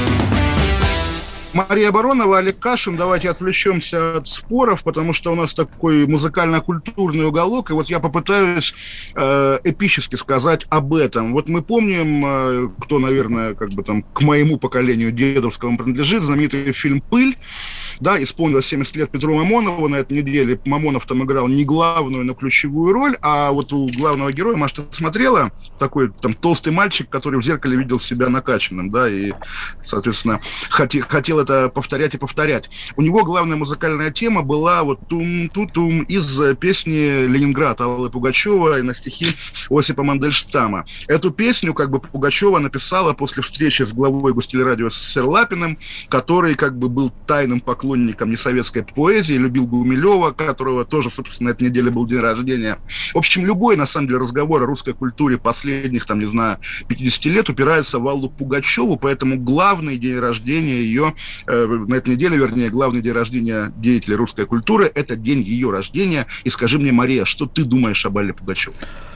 Мария Баронова, Олег Кашин. Давайте отвлечемся от споров, потому что у нас такой музыкально-культурный уголок, и вот я попытаюсь эпически сказать об этом. Вот мы помним, кто, наверное, к моему поколению дедовскому принадлежит, знаменитый фильм «Пыль». Да, исполнилось 70 лет Петру Мамонову. На этой неделе Мамонов там играл не главную, но ключевую роль. А вот у главного героя, может, ты смотрела, такой толстый мальчик, который в зеркале видел себя накачанным, да, и, соответственно, хотел это повторять и повторять. У него главная музыкальная тема была тум-ту-тум из песни «Ленинград» Аллы Пугачевой на стихи Осипа Мандельштама. Эту песню Пугачева написала после встречи с главой Гостелерадио СССР Лапиным, который был тайным поклонником несоветской поэзии, любил Гумилева, которого тоже, собственно, на этой неделе был день рождения. В общем, любой, на самом деле, разговор о русской культуре последних, 50 лет упирается в Аллу Пугачеву, поэтому главный день рождения ее, на этой неделе, вернее, главный день рождения деятеля русской культуры, это день ее рождения. И скажи мне, Мария, что ты думаешь об Алле Пугачевой?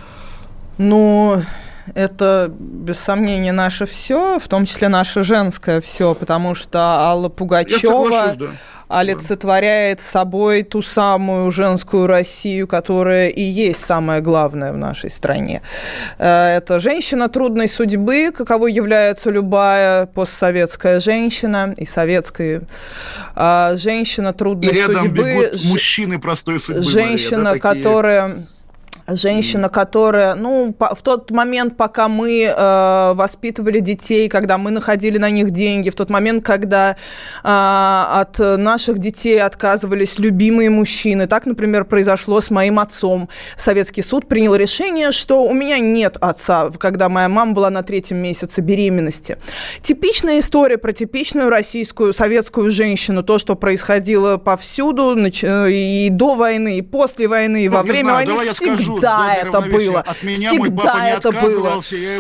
Это, без сомнения, наше все, в том числе наше женское все, потому что Алла Пугачева олицетворяет собой ту самую женскую Россию, которая и есть самое главное в нашей стране. Это женщина трудной судьбы, каковой является любая постсоветская женщина, и советская женщина трудной судьбы. И рядом бегут мужчины простой судьбы. Женщина, Мария, которая... Женщина, которая, в тот момент, пока мы воспитывали детей, когда мы находили на них деньги, в тот момент, когда от наших детей отказывались любимые мужчины, так, например, произошло с моим отцом. Советский суд принял решение, что у меня нет отца, когда моя мама была на 3-м месяце беременности. Типичная история про типичную российскую, советскую женщину, то, что происходило повсюду, и до войны, и после войны, и во время войны, всегда. всегда это было. Всегда это было.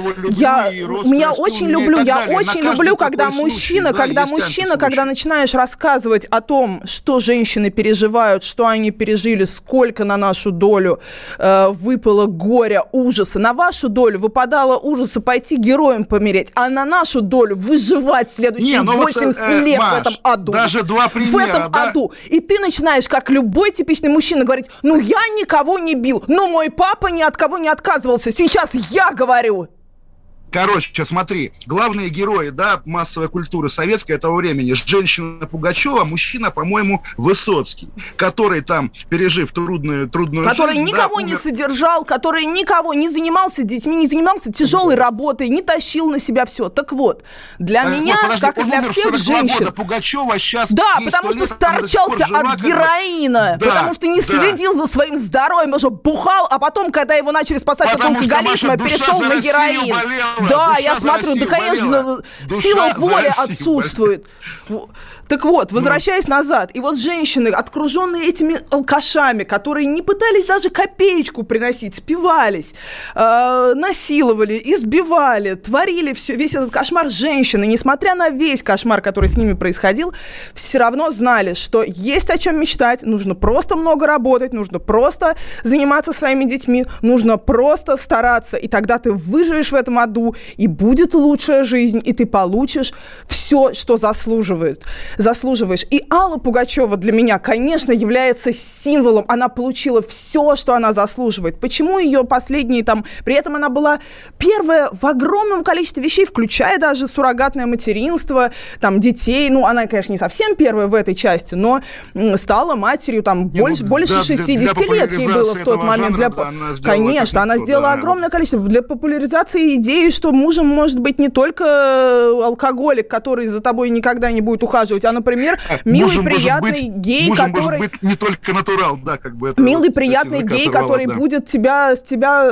Я очень люблю, когда мужчина, когда начинаешь рассказывать о том, что женщины переживают, что они пережили, сколько на нашу долю выпало горя, ужаса. На вашу долю выпадало ужаса пойти героем помереть, а на нашу долю выживать следующие 80 лет в этом аду. Даже два примера. В этом аду. И ты начинаешь, как любой типичный мужчина, говорить: ну, я никого не бил, но мой папа ни от кого не отказывался. Сейчас я говорю. Короче, смотри, главные герои, да, массовой культуры советской этого времени: женщина Пугачева, мужчина, по-моему, Высоцкий, который там, пережив трудную который жизнь, никого не содержал, который никого не занимался детьми, не занимался тяжелой работой, не тащил на себя все. Так вот, для меня, как и для всех женщин... Пугачева сейчас... Да, потому что сторчался от героина, потому что не следил за своим здоровьем, потому что бухал, а потом, когда его начали спасать от алкоголизма, перешел на героин. Да, я смотрю, да, конечно, сила воли отсутствует. Так вот, возвращаясь назад, и вот женщины, окруженные этими алкашами, которые не пытались даже копеечку приносить, спивались, насиловали, избивали, творили весь этот кошмар, женщины, несмотря на весь кошмар, который с ними происходил, все равно знали, что есть о чем мечтать, нужно просто много работать, нужно просто заниматься своими детьми, нужно просто стараться, и тогда ты выживешь в этом аду, и будет лучшая жизнь, и ты получишь все, что заслуживаешь. И Алла Пугачева для меня, конечно, является символом. Она получила все, что она заслуживает. Почему ее последние там... При этом она была первая в огромном количестве вещей, включая даже суррогатное материнство, там, детей. Ну, она, конечно, не совсем первая в этой части, но стала матерью там больше 60 лет ей было в тот момент. Конечно, она сделала огромное количество. Для популяризации идеи, что мужем может быть не только алкоголик, который за тобой никогда не будет ухаживать, а, например, милый, приятный гей, который... может быть не только натурал, да, как бы это... Милый, приятный гей, который будет с тебя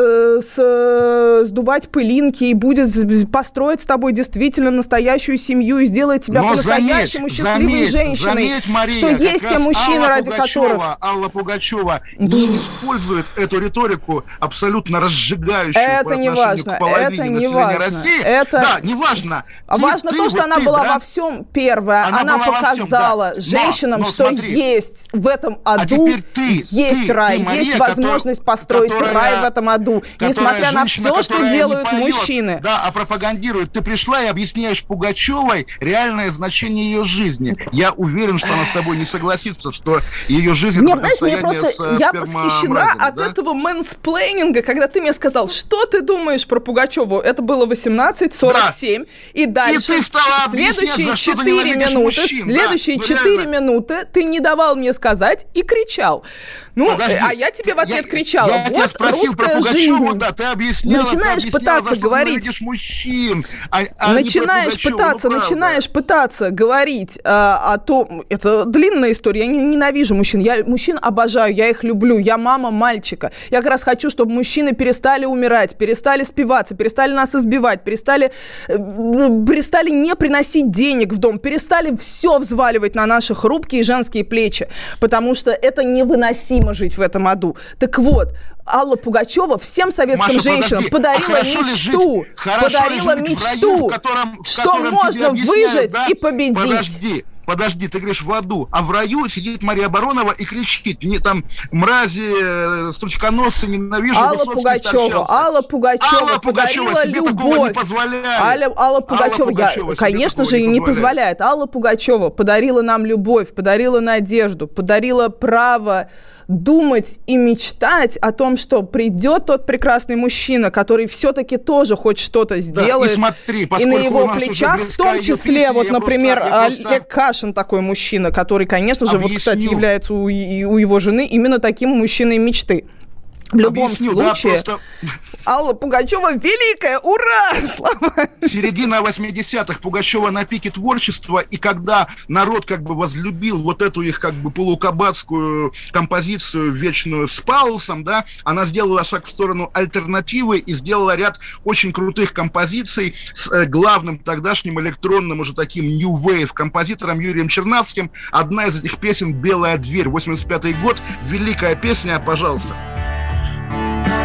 сдувать пылинки и будет построить с тобой действительно настоящую семью и сделает тебя по-настоящему счастливой женщиной. Заметь, Мария, что есть те мужчины, ради которых... Алла Пугачева не использует эту риторику абсолютно разжигающую это не важно, это не важно. Да, не важно. Важно то, что она была во всем первая. Она показала женщинам, что есть в этом аду, есть рай, есть возможность построить рай в этом аду, несмотря на все, что делают мужчины. Да, а пропагандирует. Ты пришла и объясняешь Пугачевой реальное значение ее жизни. Я уверен, что она с тобой не согласится, что ее жизнь... Нет, знаешь, я восхищена от этого мэнсплейнинга, когда ты мне сказал, что ты думаешь про Пугачеву. Это было 18:47, и дальше следующие 4 минуты ты не давал мне сказать и кричал. Ну, а я тебе в ответ кричала. Вот русская жизнь. Да, ты объясняла, начинаешь пытаться говорить. Начинаешь пытаться говорить о том... Это длинная история. Я ненавижу мужчин. Я мужчин обожаю, я их люблю. Я мама мальчика. Я как раз хочу, чтобы мужчины перестали умирать, перестали спиваться, перестали нас избивать, перестали не приносить денег в дом, перестали все взваливать на наши хрупкие женские плечи, потому что это невыносимо жить в этом аду. Так вот, Алла Пугачева всем советским женщинам подарила мечту, что можно выжить и победить. Подожди, ты говоришь в аду, а в раю сидит Мария Баронова и кричит: не там мрази, стручконосцы, ненавижу, Алла Пугачева подарила любовь. Алла Пугачева, конечно же, и не позволяет. Алла Пугачева подарила нам любовь, подарила надежду, подарила право думать и мечтать о том, что придет тот прекрасный мужчина, который все-таки тоже хоть что-то сделает. Да, и на его плечах, в том числе, вот, например, Олег Кашин такой мужчина, который, конечно же, вот, кстати, является у его жены именно таким мужчиной мечты. В любом случае, Алла Пугачева великая! Ура! Слава! Середина 80-х, Пугачева на пике творчества, и когда народ как бы возлюбил вот эту их как бы полукабацкую композицию вечную с Паулсом, да, она сделала шаг в сторону альтернативы и сделала ряд очень крутых композиций с главным тогдашним электронным уже таким New Wave композитором Юрием Чернавским. Одна из этих песен «Белая дверь», 85-й год, великая песня, пожалуйста.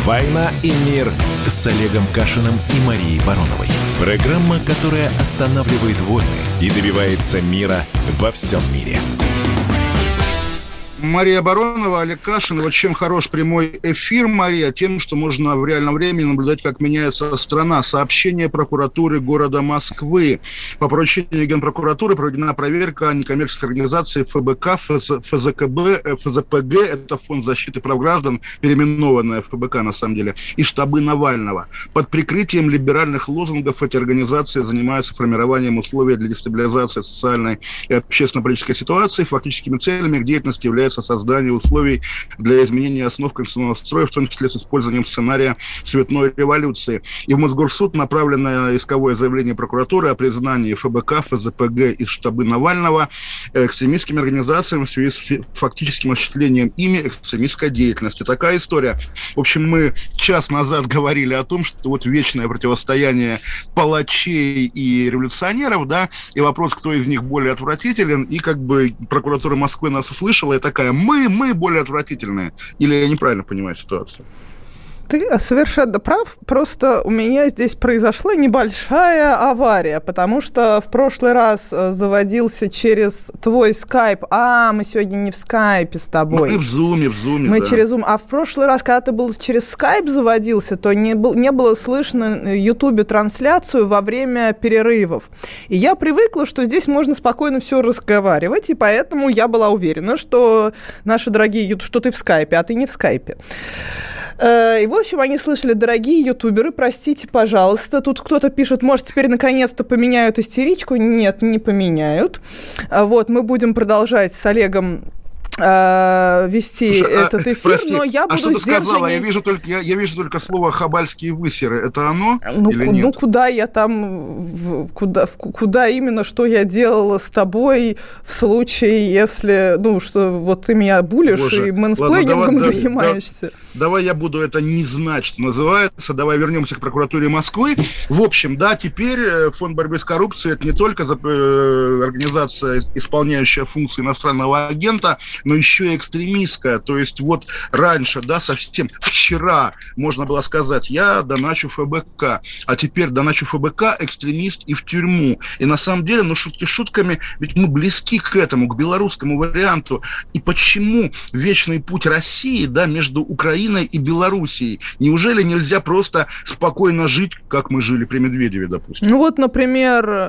«Война и мир» с Олегом Кашиным и Марией Бароновой. Программа, которая останавливает войны и добивается мира во всем мире. Мария Баронова, Олег Кашин. Вот чем хорош прямой эфир, Мария, тем, что можно в реальном времени наблюдать, как меняется страна. Сообщение прокуратуры города Москвы. По поручению Генпрокуратуры проведена проверка некоммерческих организаций ФБК, ФЗКБ, ФЗПГ, это Фонд защиты прав граждан, переименованная ФБК на самом деле, и штабы Навального. Под прикрытием либеральных лозунгов эти организации занимаются формированием условий для дестабилизации социальной и общественно-политической ситуации. Фактическими целями их деятельности является создание условий для изменения основ конституционного строя, в том числе с использованием сценария цветной революции. И в Мосгорсуд направлено исковое заявление прокуратуры о признании ФБК, ФЗПГ и штабы Навального экстремистскими организациями в связи с фактическим осуществлением ими экстремистской деятельности. Такая история. В общем, мы час назад говорили о том, что вот вечное противостояние палачей и революционеров, да, и вопрос, кто из них более отвратителен, и как бы прокуратура Москвы нас услышала, и такая: мы более отвратительные. Или я неправильно понимаю ситуацию? Ты совершенно прав, просто у меня здесь произошла небольшая авария, потому что в прошлый раз заводился через твой скайп. Мы сегодня не в скайпе с тобой. Мы в зуме, Мы да. через зум. А в прошлый раз, когда ты был через скайп заводился, то не было слышно на ютубе трансляцию во время перерывов. И я привыкла, что здесь можно спокойно все разговаривать, и поэтому я была уверена, что наши дорогие, что ты в скайпе, а ты не в скайпе. И, в общем, они слышали: дорогие ютуберы, простите, пожалуйста. Тут кто-то пишет: может, теперь наконец-то поменяют истеричку? Нет, не поменяют. Вот, мы будем продолжать с Олегом вести этот эфир, прости, но я буду что ты сказала? сдержанней. Я вижу только слово «хабальские высеры». Это оно или нет? Ну, куда я там, куда именно, что я делала с тобой в случае, если, что вот ты меня булишь, Боже, и мэнсплейнингом занимаешься. Давай я буду это не знать, что называется. Давай вернемся к прокуратуре Москвы. В общем, да, теперь Фонд борьбы с коррупцией — это не только организация, исполняющая функции иностранного агента, но еще и экстремистская. То есть вот раньше, да, совсем вчера можно было сказать: я доначу ФБК, а теперь доначу ФБК, экстремист и в тюрьму. И на самом деле, шутки шутками, ведь мы близки к этому, к белорусскому варианту. И почему вечный путь России, да, между Украиной и Белоруссией? Неужели нельзя просто спокойно жить, как мы жили при Медведеве, допустим? Например,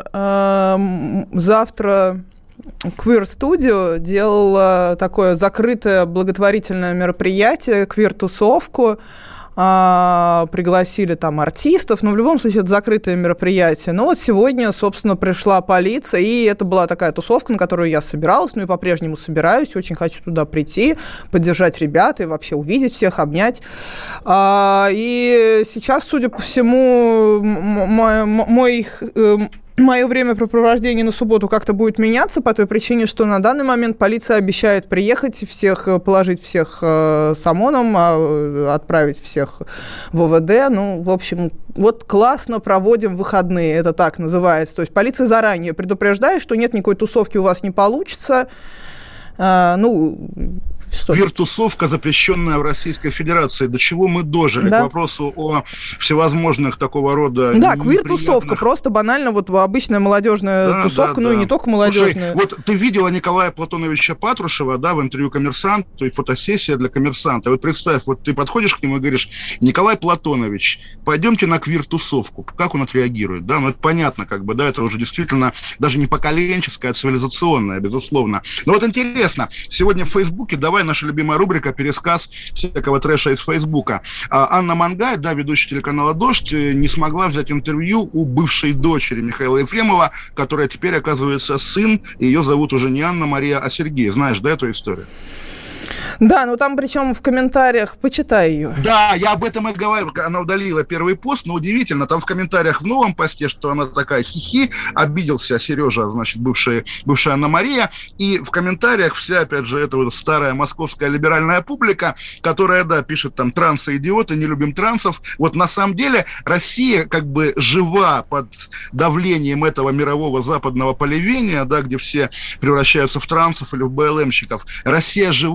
завтра Queer Studio делала такое закрытое благотворительное мероприятие, квир-тусовку. Пригласили там артистов, но в любом случае это закрытое мероприятие. Но вот сегодня, собственно, пришла полиция, и это была такая тусовка, на которую я собиралась, и по-прежнему собираюсь, очень хочу туда прийти, поддержать ребят и вообще увидеть всех, обнять. И сейчас, судя по всему, мое времяпрепровождение на субботу как-то будет меняться по той причине, что на данный момент полиция обещает приехать, всех положить всех с ОМОНом, отправить всех в ОВД. В общем, вот классно проводим выходные, это так называется. То есть полиция заранее предупреждает, что нет никакой тусовки, у вас не получится. Квир-тусовка, запрещенная в Российской Федерации. До чего мы дожили? Да. К вопросу о всевозможных такого рода... Да, квир-тусовка, просто банально вот обычная молодежная тусовка, и не только молодежная. Слушай, вот ты видела Николая Платоновича Патрушева, да, в интервью «Коммерсанту», и фотосессия для «Коммерсанта». Вот представь, вот ты подходишь к нему и говоришь: Николай Платонович, пойдемте на квир-тусовку. Как он отреагирует? Да, это понятно, да, это уже действительно даже не поколенческое, а цивилизационное, безусловно. Но вот интересно, сегодня в Фейсбуке, давай наша любимая рубрика «Пересказ всякого трэша из Фейсбука». Анна Мангай, да, ведущая телеканала «Дождь», не смогла взять интервью у бывшей дочери Михаила Ефремова, которая теперь, оказывается, сын, и ее зовут уже не Анна Мария, а Сергей. Знаешь, да, эту историю? Да, там причем в комментариях, почитай ее. Да, я об этом и говорю. Она удалила первый пост, но удивительно, там в комментариях в новом посте, что она такая хихи, обиделся Сережа, значит, бывшая Анна Мария, и в комментариях вся, опять же, эта вот старая московская либеральная публика, которая, да, пишет там: трансы идиоты, не любим трансов. Вот на самом деле Россия жива под давлением этого мирового западного полевения, да, где все превращаются в трансов или в БЛМщиков. Россия жива, потому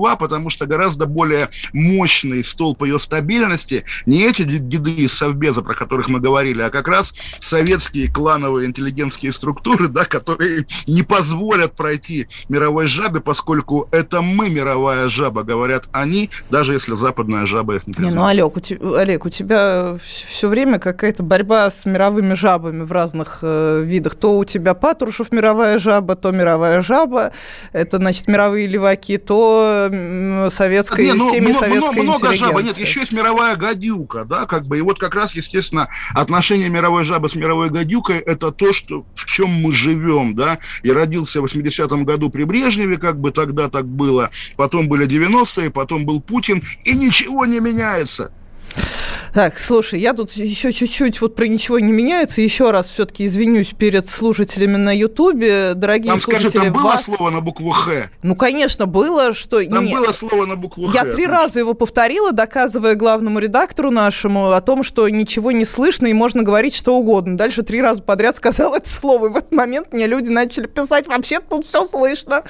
потому что гораздо более мощный столб ее стабильности не эти деды из Совбеза, про которых мы говорили, а как раз советские клановые интеллигентские структуры, да, которые не позволят пройти мировой жабе, поскольку это мы мировая жаба, говорят они, даже если западная жаба их не признает. Олег, у тебя все время какая-то борьба с мировыми жабами в разных видах. То у тебя Патрушев мировая жаба, то мировая жаба, это, значит, мировые леваки, то советская, семисоветская много интеллигенция. жабы. Нет, еще есть мировая гадюка, да, как бы, и вот как раз, естественно, отношение мировой жабы с мировой гадюкой – это то, что, в чем мы живем, да. Я родился в 80-м году при Брежневе, как бы тогда так было, потом были 90-е, потом был Путин, и ничего не меняется. Так, слушай, я тут еще чуть-чуть вот про ничего не меняется. Еще раз все-таки извинюсь перед слушателями на Ютубе. Дорогие слушатели, скажи, там было слово на букву «Х»? Ну, конечно, было. Что... Там было слово на букву «Х». Я 3 раза его повторила, доказывая главному редактору нашему о том, что ничего не слышно и можно говорить что угодно. Дальше 3 раза подряд сказала это слово. И в этот момент мне люди начали писать: вообще тут все слышно.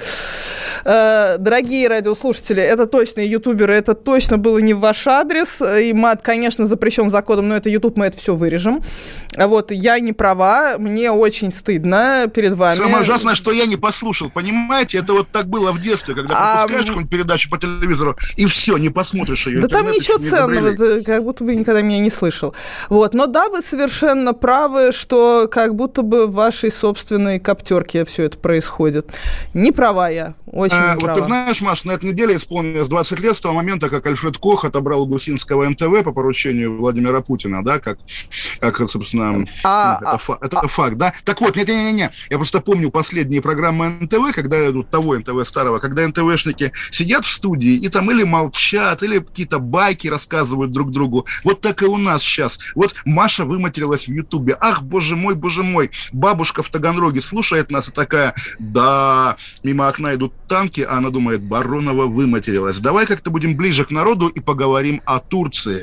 Дорогие радиослушатели, это точно ютуберы, это точно было не в ваш адрес. И мат, конечно, запрещен законом, но это YouTube, мы это все вырежем. Вот, я не права, мне очень стыдно перед вами. Самое ужасное, что я не послушал, понимаете? Это вот так было в детстве, когда пропускаешь какую-нибудь передачу по телевизору, и все, не посмотришь ее. Да там ничего ценного, ты как будто бы никогда меня не слышал. Вот, но да, вы совершенно правы, что как будто бы в вашей собственной коптерке все это происходит. Не права я, очень не права. Вот ты знаешь, Маш, на этой неделе исполнилось 20 лет с того момента, как Альфред Кох отобрал у Гусинского НТВ по поручению Владимира Путина, да, как собственно, это факт, да. Так вот, не-не-не, я просто помню последние программы НТВ, когда того НТВ старого, когда НТВшники сидят в студии и там или молчат, или какие-то байки рассказывают друг другу. Вот так и у нас сейчас. Вот Маша выматерилась в Ютубе. Ах, боже мой, бабушка в Таганроге слушает нас и такая: да, мимо окна идут танки, а она думает: Баронова выматерилась. Давай как-то будем ближе к народу и поговорим о Турции.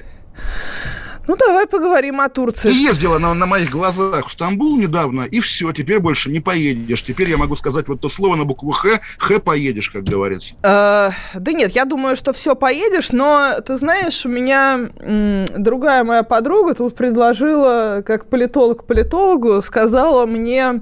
Ну, давай поговорим о Турции. Ты ездила на моих глазах в Стамбул недавно, и все, теперь больше не поедешь. Теперь я могу сказать вот то слово на букву «Х», поедешь, как говорится. Да нет, я думаю, что все поедешь, но, ты знаешь, у меня другая моя подруга тут предложила, как политолог политологу, сказала мне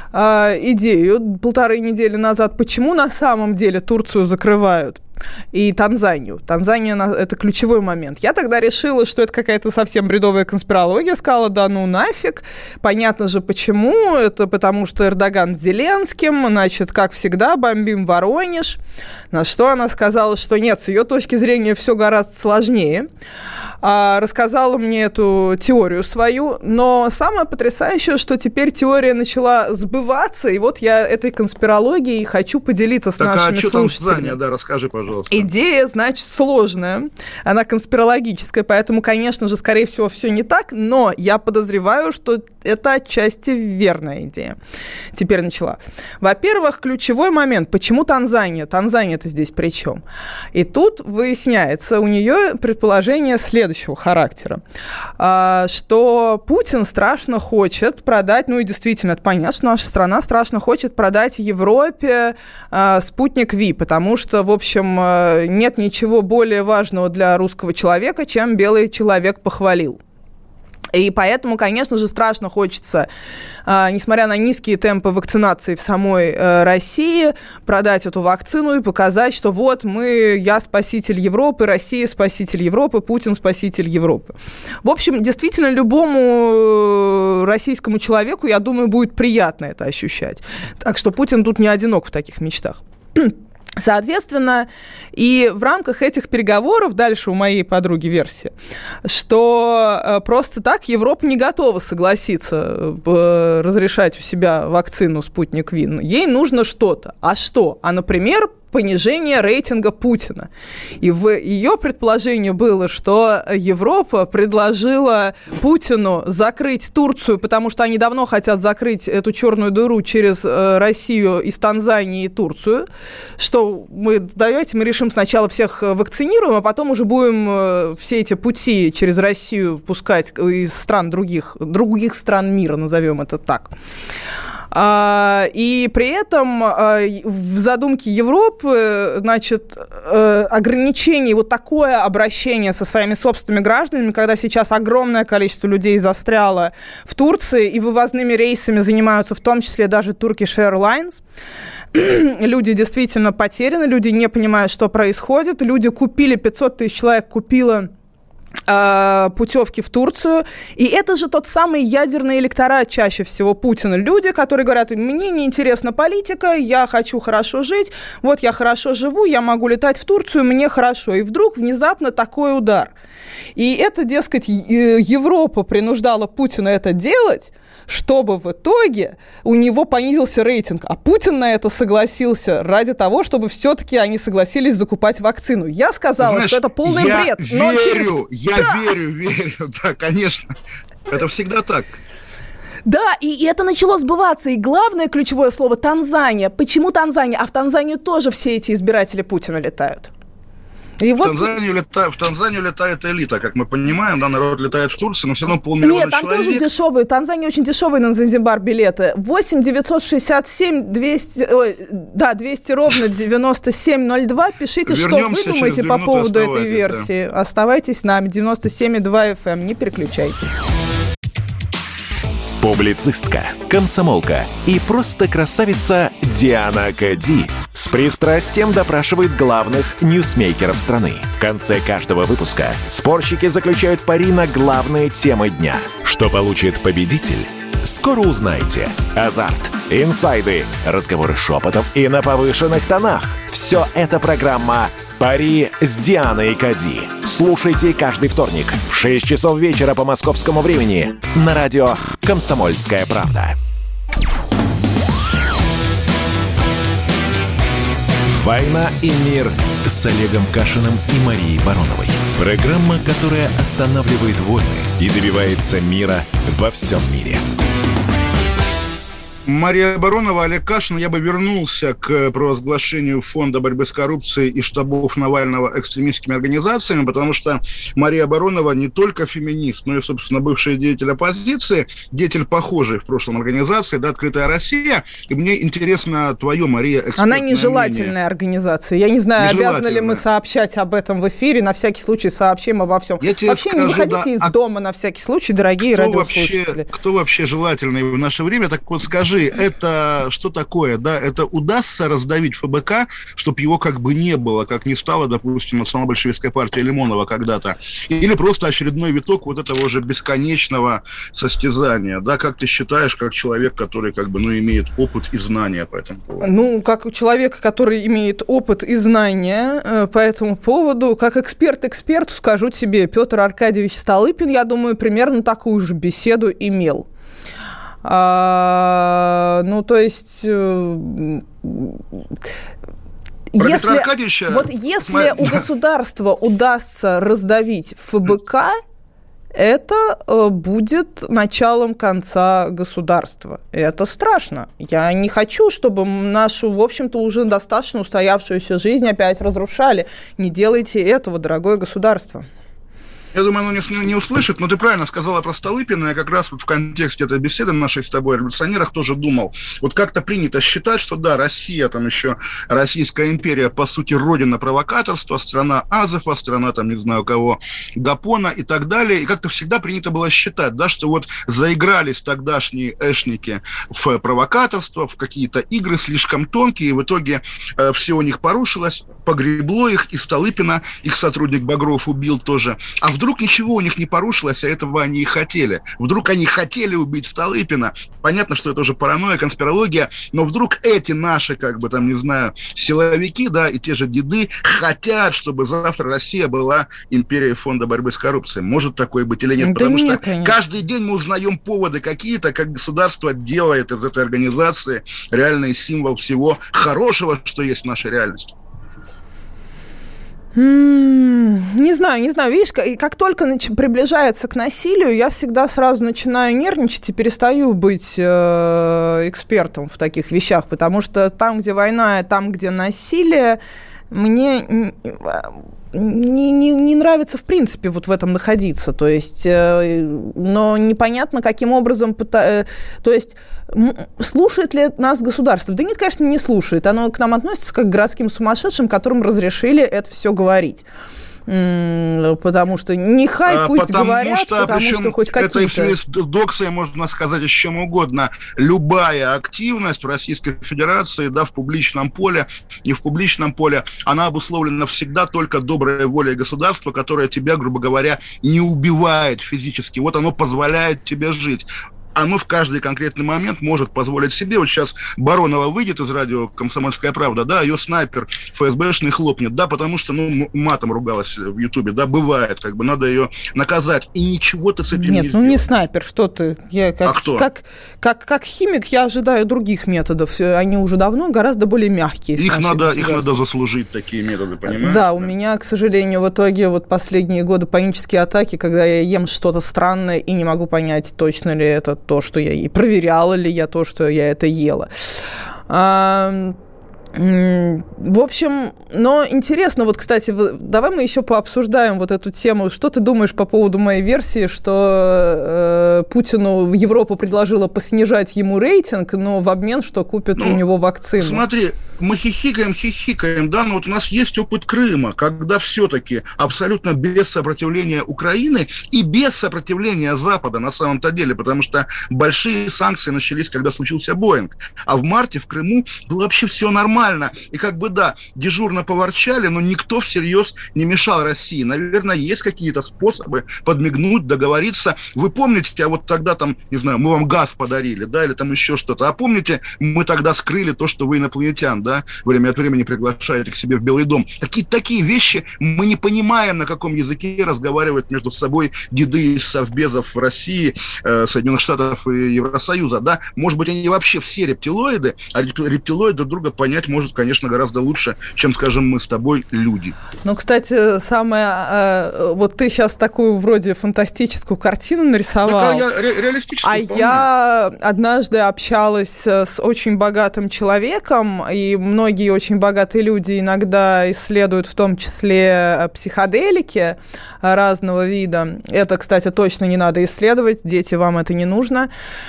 идею 1,5 недели назад, почему на самом деле Турцию закрывают. И Танзанию. Танзания – это ключевой момент. Я тогда решила, что это какая-то совсем бредовая конспирология. Сказала: да ну нафиг. Понятно же почему. Это потому, что Эрдоган с Зеленским, значит, как всегда, бомбим Воронеж. На что она сказала, что нет, с ее точки зрения все гораздо сложнее. Рассказала мне эту теорию свою. Но самое потрясающее, что теперь теория начала сбываться. И вот я этой конспирологией хочу поделиться с нашими слушателями. Танзания, да, расскажи, пожалуйста. Идея, значит, сложная, она конспирологическая, поэтому, конечно же, скорее всего, все не так, но я подозреваю, что это отчасти верная идея. Теперь начала. Во-первых, ключевой момент, почему Танзания? Танзания-то здесь при чем? И тут выясняется, у нее предположение следующего характера, что Путин страшно хочет продать, ну и действительно, это понятно, что наша страна страшно хочет продать Европе спутник Ви, потому что, в общем, нет ничего более важного для русского человека, чем белый человек похвалил. И поэтому, конечно же, страшно хочется, несмотря на низкие темпы вакцинации в самой России, продать эту вакцину и показать, что вот я спаситель Европы, Россия спаситель Европы, Путин спаситель Европы. В общем, действительно, любому российскому человеку, я думаю, будет приятно это ощущать. Так что Путин тут не одинок в таких мечтах. Соответственно, и в рамках этих переговоров, дальше у моей подруги версия, что просто так Европа не готова согласиться разрешать у себя вакцину «Спутник Ви». Ей нужно что-то. А что? Например, понижение рейтинга Путина. И в ее предположении было, что Европа предложила Путину закрыть Турцию, потому что они давно хотят закрыть эту черную дыру через Россию из Танзании и Турцию, что давайте мы решим сначала всех вакцинируем, а потом уже будем все эти пути через Россию пускать из стран других стран мира, назовем это так. И при этом в задумке Европы, значит, ограничение, вот такое обращение со своими собственными гражданами, когда сейчас огромное количество людей застряло в Турции и вывозными рейсами занимаются в том числе даже Turkish Airlines. Люди действительно потеряны, люди не понимают, что происходит. Люди купили, 500 тысяч человек купило путевки в Турцию. И это же тот самый ядерный электорат чаще всего Путина. Люди, которые говорят, мне не интересна политика, я хочу хорошо жить, вот я хорошо живу, я могу летать в Турцию, мне хорошо. И вдруг внезапно такой удар. И это, дескать, Европа принуждала Путина это делать, чтобы в итоге у него понизился рейтинг. А Путин на это согласился ради того, чтобы все-таки они согласились закупать вакцину. Я сказала, знаешь, что это полный бред. Я верю, да, конечно. Это всегда так. Да, и это начало сбываться. И главное ключевое слово – Танзания. Почему Танзания? А в Танзанию тоже все эти избиратели Путина летают. И в Танзанию летает элита, как мы понимаем, да, народ летает в Турцию, но все равно полмиллиона человек. Нет, там тоже дешевые, в Танзании очень дешевые на Занзибар билеты. 8 967 200 ровно 9702. Пишите, вернемся, что вы думаете по поводу этой версии. Да. Оставайтесь с нами, 97,2 FM, не переключайтесь. Публицистка, комсомолка и просто красавица Диана Кади с пристрастием допрашивает главных ньюсмейкеров страны. В конце каждого выпуска спорщики заключают пари на главные темы дня. Что получит победитель? Скоро узнаете. Азарт, инсайды, разговоры шепотом и на повышенных тонах. Все это программа «Пари с Дианой Кади». Слушайте каждый вторник в 6 часов вечера по московскому времени на радио «Комсомольская правда». «Война и мир» с Олегом Кашиным и Марией Бароновой. Программа, которая останавливает войны и добивается мира во всем мире. Мария Баронова, Олег Кашин. Я бы вернулся к провозглашению Фонда борьбы с коррупцией и штабов Навального экстремистскими организациями, потому что Мария Баронова не только феминист, но и, собственно, бывший деятель оппозиции, деятель похожей в прошлом организации, да, «Открытая Россия». И мне интересно твое, Мария, экспертное мнение. Она нежелательная организация. Я не знаю, обязаны ли мы сообщать об этом в эфире. На всякий случай сообщим обо всем. Вообще скажу, не выходите из дома на всякий случай, дорогие радиослушатели. Кто вообще желательный в наше время? Так вот скажи, это что такое, да? Это удастся раздавить ФБК, чтобы его как бы не было, как не стало, допустим, национал-большевистская партия Лимонова когда-то? Или просто очередной виток вот этого уже бесконечного состязания, да? Как ты считаешь, как человек, который как бы, имеет опыт и знания по этому поводу? Как человек, который имеет опыт и знания по этому поводу, как эксперт эксперту, скажу тебе, Петр Аркадьевич Столыпин, я думаю, примерно такую же беседу имел. То есть, если у государства удастся раздавить ФБК, это будет началом конца государства. Это страшно. Я не хочу, чтобы нашу, в общем-то, уже достаточно устоявшуюся жизнь опять разрушали. Не делайте этого, дорогое государство. Я думаю, оно не услышит, но ты правильно сказала про Столыпина. Я как раз вот в контексте этой беседы нашей с тобой о революционерах тоже думал. Вот как-то принято считать, что да, Россия, там еще Российская империя, по сути, родина провокаторства, страна Азова, страна, там, не знаю кого, Гапона и так далее. И как-то всегда принято было считать, да, что вот заигрались тогдашние эшники в провокаторство, в какие-то игры слишком тонкие, и в итоге все у них порушилось, погребло их, и Столыпина, их сотрудник Багров, убил тоже. А вдруг ничего у них не порушилось, а этого они и хотели. Вдруг они хотели убить Столыпина. Понятно, что это уже паранойя, конспирология, но вдруг эти наши, силовики, да, и те же деды хотят, чтобы завтра Россия была империей Фонда борьбы с коррупцией. Может такое быть или нет? Да потому нет, что конечно. Каждый день мы узнаем поводы какие-то, как государство делает из этой организации реальный символ всего хорошего, что есть в нашей реальности. Не знаю. Видишь, как только приближается к насилию, я всегда сразу начинаю нервничать и перестаю быть экспертом в таких вещах, потому что там, где война, там, где насилие, мне не нравится, в принципе, вот в этом находиться. То есть, но непонятно, каким образом... То есть, слушает ли нас государство? Да нет, конечно, не слушает. Оно к нам относится как к городским сумасшедшим, которым разрешили это все говорить. Потому что нехай пусть говорят, потому что хоть какие-то... Это все из докса, можно сказать, о чем угодно. Любая активность в Российской Федерации, да, в публичном поле, не в публичном поле, она обусловлена всегда только доброй волей государства, которое тебя, грубо говоря, не убивает физически. Вот оно позволяет тебе жить. Оно в каждый конкретный момент может позволить себе. Вот сейчас Баронова выйдет из радио «Комсомольская правда», да, ее снайпер ФСБшный хлопнет, да, потому что, матом ругалась в Ютубе, да, бывает, как бы надо ее наказать, и ничего ты с этим не сделаешь. Нет, не снайпер, что ты? Кто? Как химик я ожидаю других методов, они уже давно гораздо более мягкие. Их надо заслужить, такие методы, понимаешь? Да, у меня, к сожалению, в итоге вот последние годы панические атаки, когда я ем что-то странное и не могу понять, точно ли это то, что я... И проверяла ли я то, что я это ела. В общем, но интересно, вот, кстати, давай мы еще пообсуждаем вот эту тему. Что ты думаешь по поводу моей версии, что Путину Европа предложила поснижать ему рейтинг, но в обмен, что купят у него вакцину? Смотри, мы хихикаем, да, но вот у нас есть опыт Крыма, когда все-таки абсолютно без сопротивления Украины и без сопротивления Запада на самом-то деле, потому что большие санкции начались, когда случился Боинг, а в марте в Крыму было вообще все нормально. И как бы, да, дежурно поворчали, но никто всерьез не мешал России. Наверное, есть какие-то способы подмигнуть, договориться. Вы помните, а вот тогда там, не знаю, мы вам газ подарили, да, или там еще что-то. А помните, мы тогда скрыли то, что вы инопланетян, да, время от времени приглашаете к себе в Белый дом. Какие-то такие вещи мы не понимаем, на каком языке разговаривают между собой деды из совбезов России, Соединенных Штатов и Евросоюза, да. Может быть, они вообще все рептилоиды, а рептилоиды друг друга понять может, конечно, гораздо лучше, чем, скажем, мы с тобой, люди. Ну, кстати, вот ты сейчас такую вроде фантастическую картину нарисовал. Так, реалистическую. Я однажды общалась с очень богатым человеком, и многие очень богатые люди иногда исследуют в том числе психоделики разного вида. Это, кстати, точно не надо исследовать, дети, вам это не нужно.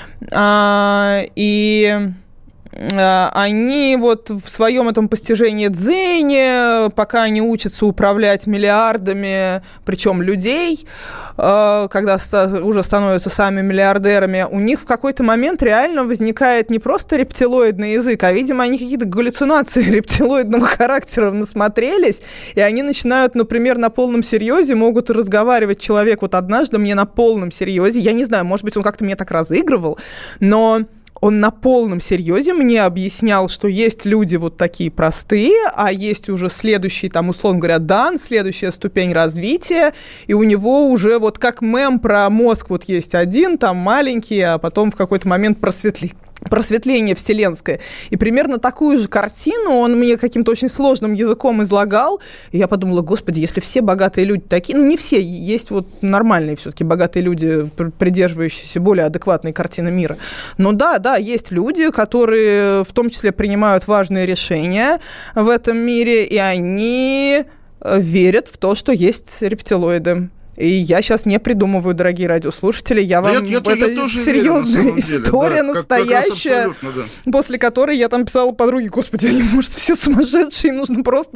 Они вот в своем этом постижении дзене, пока они учатся управлять миллиардами, причем людей, когда уже становятся сами миллиардерами, у них в какой-то момент реально возникает не просто рептилоидный язык, а, видимо, они какие-то галлюцинации рептилоидного характера насмотрелись, и они начинают, например, на полном серьезе могут разговаривать. Человек вот однажды мне на полном серьезе, я не знаю, может быть, он как-то меня так разыгрывал, но... Он на полном серьезе мне объяснял, что есть люди вот такие простые, а есть уже следующий, там, условно говоря, дан, следующая ступень развития, и у него уже вот как мем про мозг вот есть один, там маленький, а потом в какой-то момент просветление вселенское. И примерно такую же картину он мне каким-то очень сложным языком излагал. И я подумала, господи, если все богатые люди такие... Ну, не все, есть вот нормальные все-таки богатые люди, придерживающиеся более адекватной картины мира. Но да, есть люди, которые в том числе принимают важные решения в этом мире, и они верят в то, что есть рептилоиды. И я сейчас не придумываю, дорогие радиослушатели, это серьезная история, да, настоящая, да. После которой я там писала подруге, господи, они, может, все сумасшедшие, им нужно просто,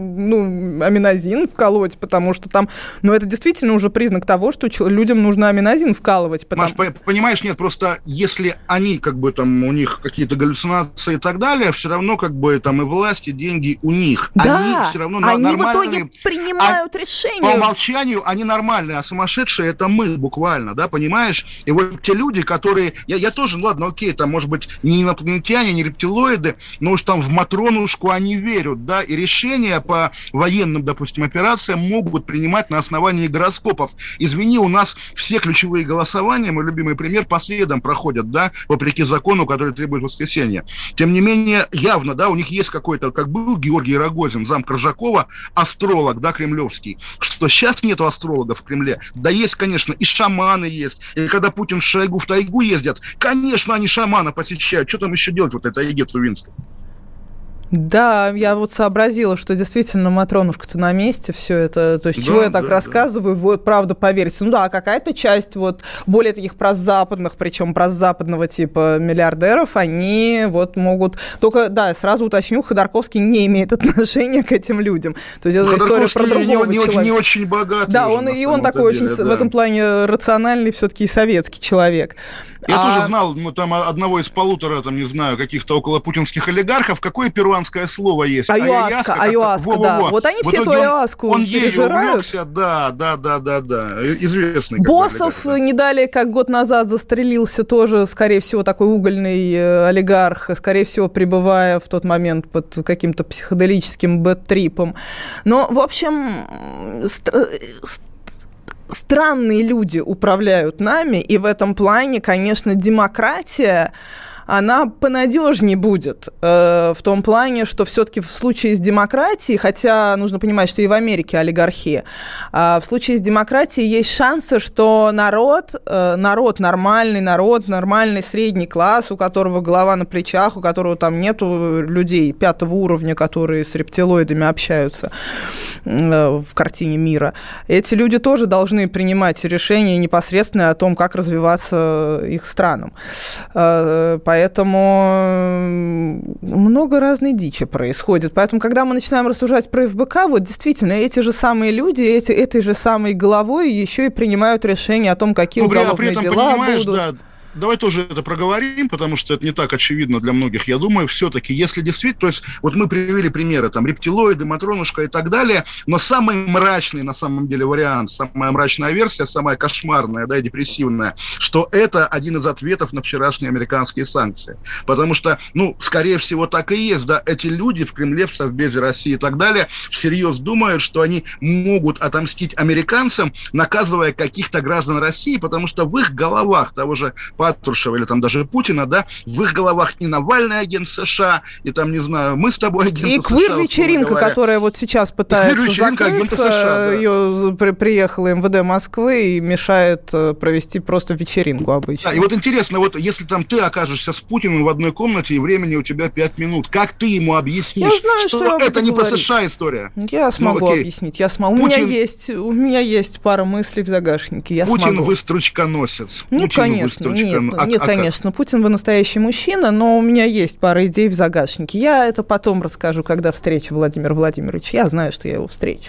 аминозин вколоть, потому что там, это действительно уже признак того, что людям нужно аминозин вкалывать. Маш, понимаешь, нет, просто если они, у них какие-то галлюцинации и так далее, все равно, там, и власть, и деньги у них. Да, они все равно они в итоге принимают решение. По умолчанию они нормальные, а сумасшедшие это мы буквально, да, понимаешь? И вот те люди, которые... Я тоже, ладно, окей, там, может быть, не инопланетяне, не рептилоиды, но уж там в Матронушку они верят, да, и решения по военным, допустим, операциям могут принимать на основании гороскопов. Извини, у нас все ключевые голосования, мой любимый пример, по средам проходят, да, вопреки закону, который требует воскресенья. Тем не менее, явно, да, у них есть какой-то, как был Георгий Рогозин, зам Коржакова, астролог, да, кремлевский, что сейчас нету астрологов в Кремле. Да есть, конечно, и шаманы есть. И когда Путин с Шойгу в тайгу ездят, конечно, они шамана посещают. Что там еще делать, вот это Тайге Тувинской? Да, я вот сообразила, что действительно Матронушка-то на месте, все это, то есть чего я так рассказываю, вот правда поверьте. Ну да, какая-то часть вот более таких прозападных, причем прозападного типа миллиардеров, они вот могут, только, да, сразу уточню, Ходорковский не имеет отношения к этим людям. То есть это история про другого человека. Не очень богатый. Да, он такой очень в этом плане рациональный все-таки и советский человек. Я тоже знал, там одного из полутора, там, не знаю, каких-то околопутинских олигархов. Какое перуанское слово есть? Аюаска, да. Вот они все эту аюаску пережирают. Да. Известный. Боссов не далее, как год назад застрелился тоже, скорее всего, такой угольный олигарх, скорее всего, пребывая в тот момент под каким-то психоделическим бэд-трипом. Но, в общем, странные люди управляют нами, и в этом плане, конечно, демократия, она понадежнее будет в том плане, что все-таки в случае с демократией, хотя нужно понимать, что и в Америке олигархия, в случае с демократией есть шансы, что народ, нормальный средний класс, у которого голова на плечах, у которого там нету людей 5-го уровня, которые с рептилоидами общаются в картине мира, эти люди тоже должны принимать решения непосредственно о том, как развиваться их странам. Поэтому много разной дичи происходит. Поэтому, когда мы начинаем рассуждать про ФБК, вот действительно, эти же самые люди, этой же самой головой еще и принимают решения о том, какие уголовные дела будут. Да. Давай тоже это проговорим, потому что это не так очевидно для многих. Я думаю, все-таки, если действительно... То есть, вот мы привели примеры, там, рептилоиды, Матронушка и так далее, но самый мрачный, на самом деле, вариант, самая мрачная версия, самая кошмарная, да, и депрессивная, что это один из ответов на вчерашние американские санкции. Потому что, скорее всего, так и есть, да, эти люди в Кремле, в Совбезе России и так далее всерьез думают, что они могут отомстить американцам, наказывая каких-то граждан России, потому что в их головах того же Патрушева или там даже Путина, да, в их головах и Навальный агент США, и там, не знаю, мы с тобой агенты США. И квир-вечеринка, которая вот сейчас пытается закрыться, США, ее приехала МВД Москвы и мешает провести просто вечеринку обычно. Да, и вот интересно, вот если там ты окажешься с Путиным в одной комнате, и времени у тебя 5 минут, как ты ему объяснишь, что это не про США история? Я смогу объяснить, у меня есть пара мыслей в загашнике, Путин вы стручконосец. Нет, конечно, нет, конечно, Путин вы настоящий мужчина, но у меня есть пара идей в загашнике. Я это потом расскажу, когда встречу Владимира Владимировича. Я знаю, что я его встречу.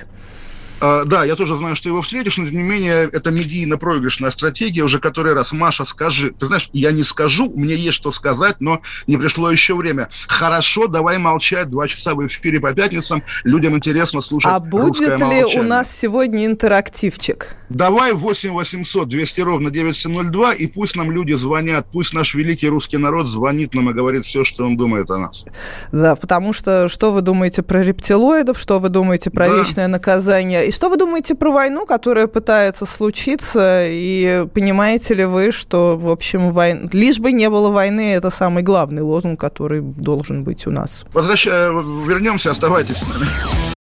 Да, я тоже знаю, что его встретишь, но, тем не менее, это медийно-проигрышная стратегия уже который раз. Маша, скажи. Ты знаешь, я не скажу, мне есть что сказать, но не пришло еще время. Хорошо, давай молчать. 2 часа в эфире по пятницам. Людям интересно слушать русское молчание. А будет ли у нас сегодня интерактивчик? Давай 8 800 200 ровно 9702, и пусть нам люди звонят, пусть наш великий русский народ звонит нам и говорит все, что он думает о нас. Да, потому что вы думаете про рептилоидов, что вы думаете про вечное наказание, и что вы думаете про войну, которая пытается случиться, и понимаете ли вы, что, в общем, лишь бы не было войны, это самый главный лозунг, который должен быть у нас. Вернемся, оставайтесь с нами.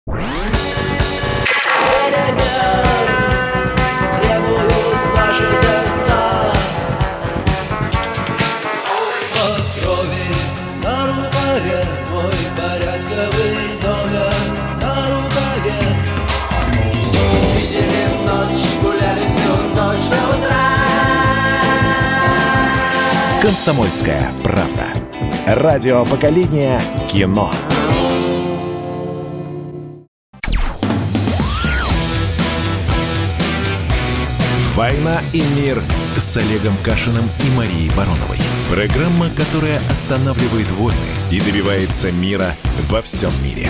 «Комсомольская правда». Радио поколения кино. «Война и мир» с Олегом Кашиным и Марией Бароновой. Программа, которая останавливает войны и добивается мира во всем мире.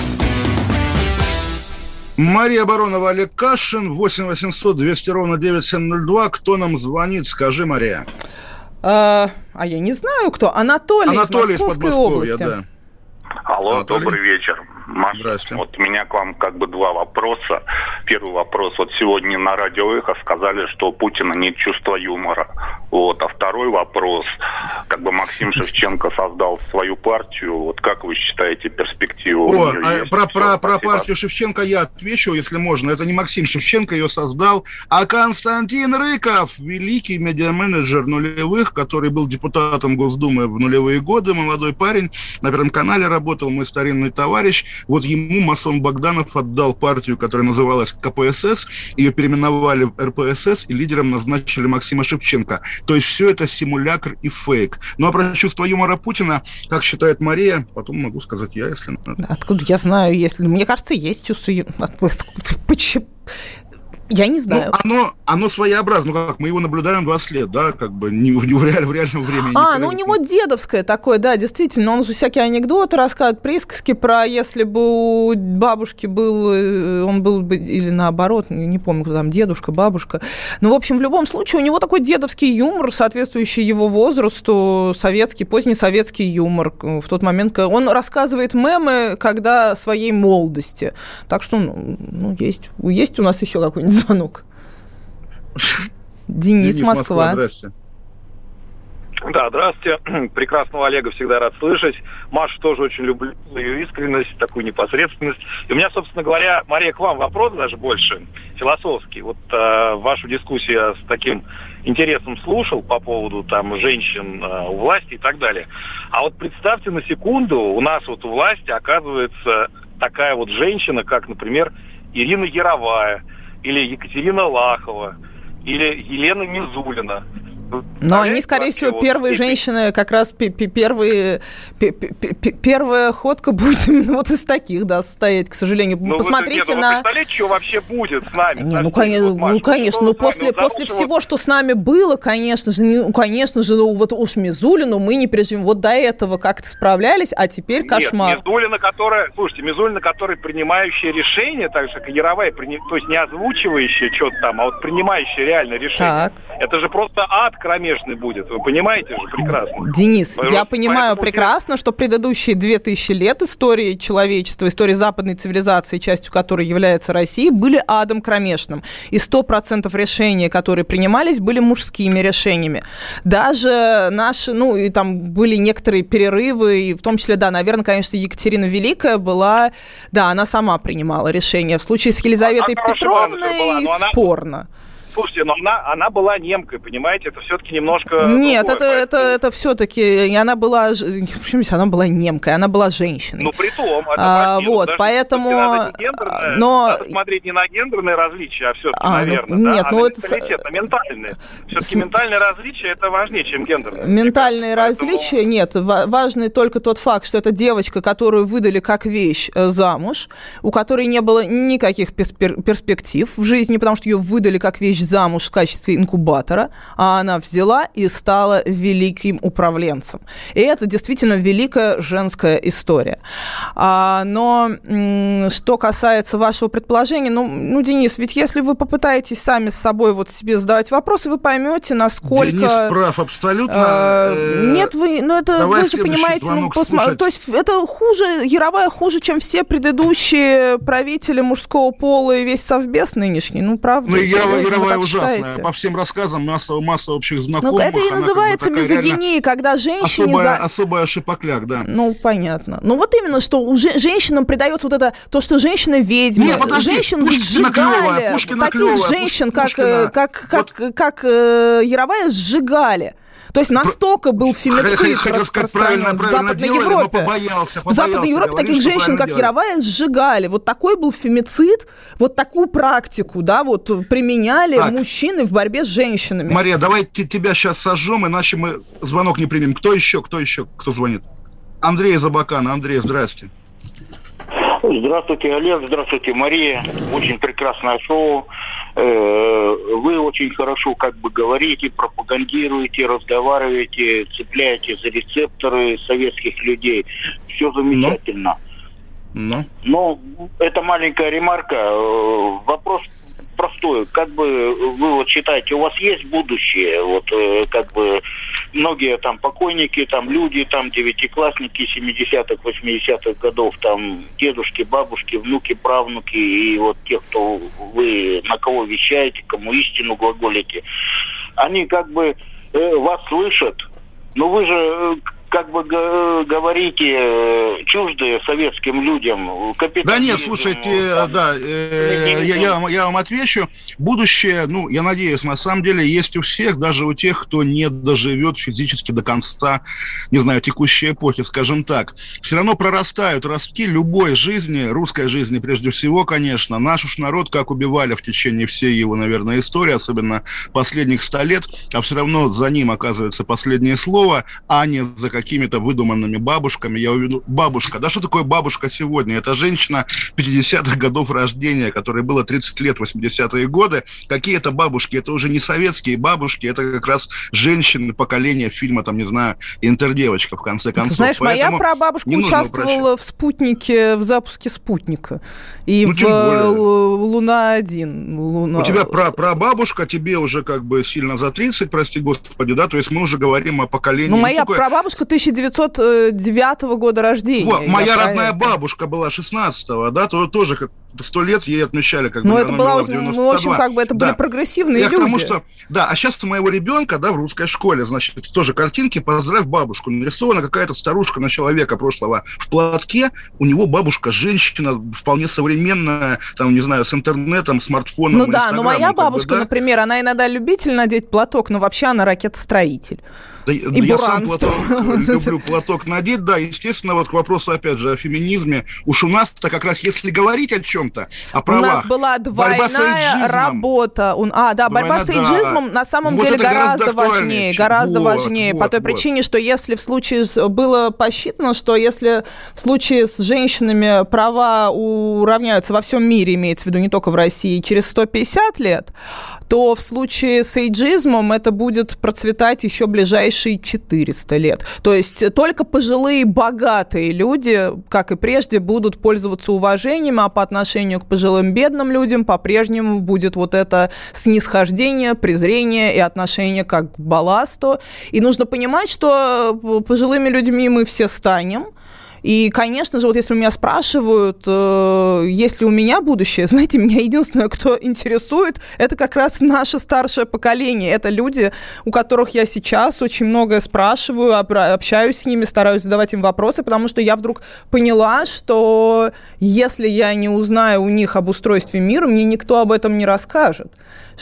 Мария Баронова, Олег Кашин, 8 800 200 ровно 9702. Кто нам звонит? Скажи, Мария. Я не знаю, кто. Анатолий из Московской области. Да. Алло, Анатолий. Добрый вечер. Маша, здравствуйте. Вот у меня к вам 2 вопроса. Первый вопрос. Вот сегодня на радио «Эхо» сказали, что у Путина нет чувства юмора. Вот. А второй вопрос. Как бы Максим Шевченко создал свою партию. Вот как вы считаете перспективу? Про партию Шевченко я отвечу, если можно. Это не Максим Шевченко ее создал, а Константин Рыков, великий медиаменеджер нулевых, который был депутатом Госдумы в нулевые годы, молодой парень, на Первом канале работал, мой старинный товарищ. Вот ему масон Богданов отдал партию, которая называлась КПСС, ее переименовали в РПСС, и лидером назначили Максима Шевченко. То есть все это симулякр и фейк. Ну а про чувство юмора Путина, как считает Мария, потом могу сказать я, если надо. Откуда я знаю, если... Мне кажется, есть чувство юмора. Почему? Я не знаю. Ну, оно своеобразно. Ну, как мы его наблюдаем 20 лет, да, как бы не в реальном времени. Ну у него дедовское такое, да, действительно. Он же всякие анекдоты рассказывает, присказки про если бы у бабушки был, он был бы, или наоборот, не помню, кто там, дедушка, бабушка. Ну, в общем, в любом случае, у него такой дедовский юмор, соответствующий его возрасту, советский, позднесоветский юмор. В тот момент, когда он рассказывает мемы, когда своей молодости. Так что, есть у нас еще какой-нибудь звонок. Денис, Москва. Здрасте. Да, здравствуйте. Прекрасного Олега всегда рад слышать. Машу тоже очень люблю, ее искренность, такую непосредственность. И у меня, собственно говоря, Мария, к вам вопрос даже больше философский. Вот вашу дискуссию я с таким интересом слушал по поводу там женщин у власти и так далее. А вот представьте на секунду, у нас вот у власти оказывается такая вот женщина, как, например, Ирина Яровая, или Екатерина Лахова, или Елена Мизулина. Но они, скорее всего, первые женщины, как раз первая ходка будет именно вот из таких, да, состоять, к сожалению. Посмотрите на... Вы представляете, что вообще будет с нами? Конечно, после всего, что с нами было, конечно же, вот уж Мизулину мы не переживем. Вот до этого как-то справлялись, а теперь кошмар. Мизулина, которая принимающая решение, так же, как и Яровая, то есть не озвучивающая что-то там, а вот принимающая реально решение. Так. Это же просто ад кромешный будет, вы понимаете же прекрасно. Денис, я понимаю прекрасно, что предыдущие 2000 лет истории человечества, истории западной цивилизации, частью которой является Россия, были адом кромешным. И 100% решений, которые принимались, были мужскими решениями. Даже наши, и там были некоторые перерывы, и в том числе, да, наверное, конечно, Екатерина Великая была, да, она сама принимала решения. В случае с Елизаветой Петровной спорно. Слушайте, но она была немкой, понимаете? Это все-таки немножко... Нет, это все-таки... Она была... Почему она была немкой? Она была женщиной. Ну, при том, это вот, поэтому... Надо смотреть не на гендерные различия, а все-таки, наверное. Нет, да? На ментальные. Все-таки ментальные различия, это важнее, чем гендерные. Ментальные различия, нет. Важный только тот факт, что это девочка, которую выдали как вещь замуж, у которой не было никаких перспектив в жизни, потому что ее выдали как вещь замуж в качестве инкубатора, а она взяла и стала великим управленцем. И это действительно великая женская история. Но что касается вашего предположения, Денис, ведь если вы попытаетесь сами с собой вот себе задавать вопросы, вы поймете, насколько... Денис прав абсолютно. Нет, вы же понимаете, то есть это хуже, Яровая хуже, чем все предыдущие правители мужского пола и весь совбез нынешний, правда. Яровая ужасная. По всем рассказам масса общих знакомых. Это и называется мизогинией, когда женщине... Особая шипокляк, да. Понятно. Вот именно, что женщинам придается вот это, то, что женщина ведьма. Женщин сжигали. Таких женщин, как Яровая, сжигали. То есть настолько был фемицид распространен в Западной Европе. В Западной Европе таких женщин, как Яровая, сжигали. Вот такой был фемицид, вот такую практику, да, вот применяли мужчины в борьбе с женщинами. Мария, давайте тебя сейчас сожжем, иначе мы звонок не примем. Кто еще, кто звонит? Андрей из Абакана. Андрей, здрасте. Здравствуйте, Олег, здравствуйте, Мария. Очень прекрасное шоу. Вы очень хорошо говорите, пропагандируете, разговариваете, цепляете за рецепторы советских людей. Все замечательно. Но это маленькая ремарка. Вопрос простой. Вы считаете, у вас есть будущее? Многие покойники, люди, девятиклассники 70-х, 80-х годов, дедушки, бабушки, внуки, правнуки, и тех, кто вы на кого вещаете, кому истину глаголите, они вас слышат. Но вы же, как бы говорите, чуждые советским людям. Да нет, слушайте, да, я вам отвечу. Будущее, я надеюсь, на самом деле есть у всех, даже у тех, кто не доживет физически до конца, не знаю, текущей эпохи, скажем так. Все равно прорастают ростки любой жизни, русской жизни прежде всего, конечно. Наш уж народ как убивали в течение всей его, наверное, истории, особенно последних 100 лет, а все равно за ним оказывается последнее слово, а не за какими-то выдуманными бабушками. Я уверен, бабушка. Да что такое бабушка сегодня? Это женщина 50-х годов рождения, которой было 30 лет в 80-е годы. Какие это бабушки? Это уже не советские бабушки, это как раз женщины поколения фильма, там, не знаю, «Интердевочка», в конце концов. Ты знаешь, моя прабабушка участвовала в «Спутнике», в запуске «Спутника». И в «Луна-1». У тебя прабабушка, тебе уже как бы сильно за 30, прости господи, да? То есть мы уже говорим о поколении... моя прабабушка 1909 года рождения. Вот, моя родная бабушка была 16-го, да, то тоже как 100 лет ей отмечали, как бы. Это была, в общем, как бы это были прогрессивные люди. Потому что, да, а сейчас у моего ребенка, да, в русской школе, значит, тоже картинки «Поздравь бабушку». Нарисована какая-то старушка на человека прошлого в платке. У него бабушка женщина, вполне современная, там, не знаю, с интернетом, смартфоном. Ну да, но моя бабушка, например, она иногда любитель надеть платок, но вообще она ракетостроитель. Да, я сам люблю платок надеть, да, естественно, вот к вопросу, опять же, о феминизме. Уж у нас-то как раз, если говорить о чем-то, о правах... У нас была двойная работа. Борьба с эйджизмом на самом деле гораздо важнее, по той причине, что если в случае... Было посчитано, что если в случае с женщинами права уравняются во всем мире, имеется в виду не только в России, через 150 лет, то в случае с эйджизмом это будет процветать еще ближайшие 400 лет. То есть только пожилые богатые люди, как и прежде, будут пользоваться уважением, а по отношению к пожилым бедным людям по-прежнему будет вот это снисхождение, презрение и отношение как к балласту. И нужно понимать, что пожилыми людьми мы все станем. И, конечно же, вот если меня спрашивают, есть ли у меня будущее, знаете, меня единственное, кто интересует, это как раз наше старшее поколение. Это люди, у которых я сейчас очень многое спрашиваю, общаюсь с ними, стараюсь задавать им вопросы, потому что я вдруг поняла, что если я не узнаю у них об устройстве мира, мне никто об этом не расскажет.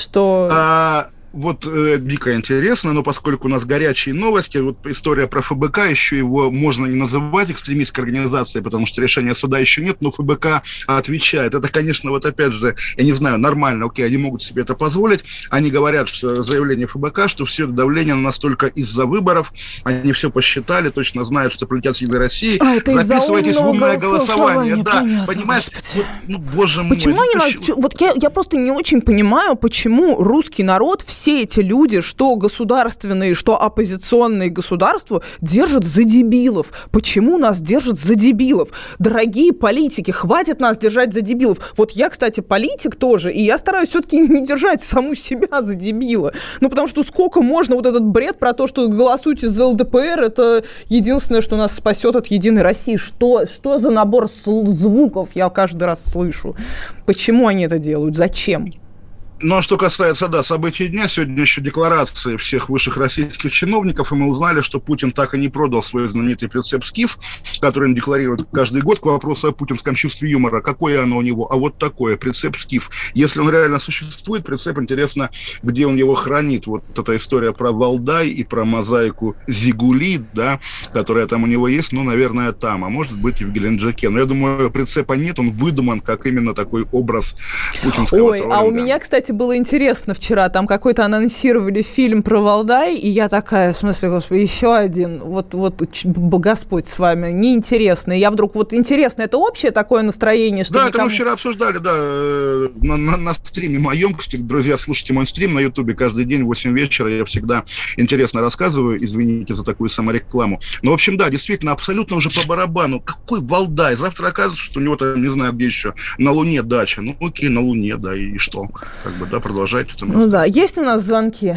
Вот дико интересно, но поскольку у нас горячие новости, вот история про ФБК, еще его можно не называть экстремистской организацией, потому что решения суда еще нет, но ФБК отвечает. Это, конечно, вот опять же, я не знаю, нормально, окей, они могут себе это позволить. Они говорят, что заявление ФБК, что все это давление настолько из-за выборов, они все посчитали, точно знают, что прилетят с Единой России. Записывайтесь в умное голосование. Да, понимаешь? Вот, боже мой. Почему они нас... Вот я просто не очень понимаю, почему русский народ все эти люди, что государственные, что оппозиционные государству, держат за дебилов. Почему нас держат за дебилов? Дорогие политики, хватит нас держать за дебилов. Вот я, кстати, политик тоже, и я стараюсь все-таки не держать саму себя за дебила. Потому что сколько можно вот этот бред про то, что голосуйте за ЛДПР, это единственное, что нас спасет от Единой России. Что за набор звуков я каждый раз слышу? Почему они это делают? Зачем? Ну, а что касается, да, событий дня, сегодня еще декларации всех высших российских чиновников, и мы узнали, что Путин так и не продал свой знаменитый прицеп «Скиф», который он декларирует каждый год. К вопросу о путинском чувстве юмора. Какое оно у него? А вот такое, прицеп «Скиф». Если он реально существует, прицеп, интересно, где он его хранит. Вот эта история про Валдай и про мозаику Зигули, да, которая там у него есть, ну, наверное, там, а может быть и в Геленджике. Но я думаю, прицепа нет, он выдуман как именно такой образ путинского троллинга. А у меня, кстати, было интересно вчера, там какой-то анонсировали фильм про Валдай, и я такая, в смысле, господи, еще один, вот Господь с вами, неинтересно. И я вдруг, вот интересно, это общее такое настроение, что да, никому... это мы вчера обсуждали, да, на стриме моем, друзья, слушайте мой стрим на Ютубе каждый день в 8 вечера, я всегда интересно рассказываю, извините за такую саморекламу. Но, в общем, да, действительно, абсолютно уже по барабану. Какой Валдай? Завтра оказывается, что у него там, не знаю, где еще, на Луне дача. Ну, окей, на Луне, да, и что? Как бы, да, продолжайте. Ну да, есть у нас звонки?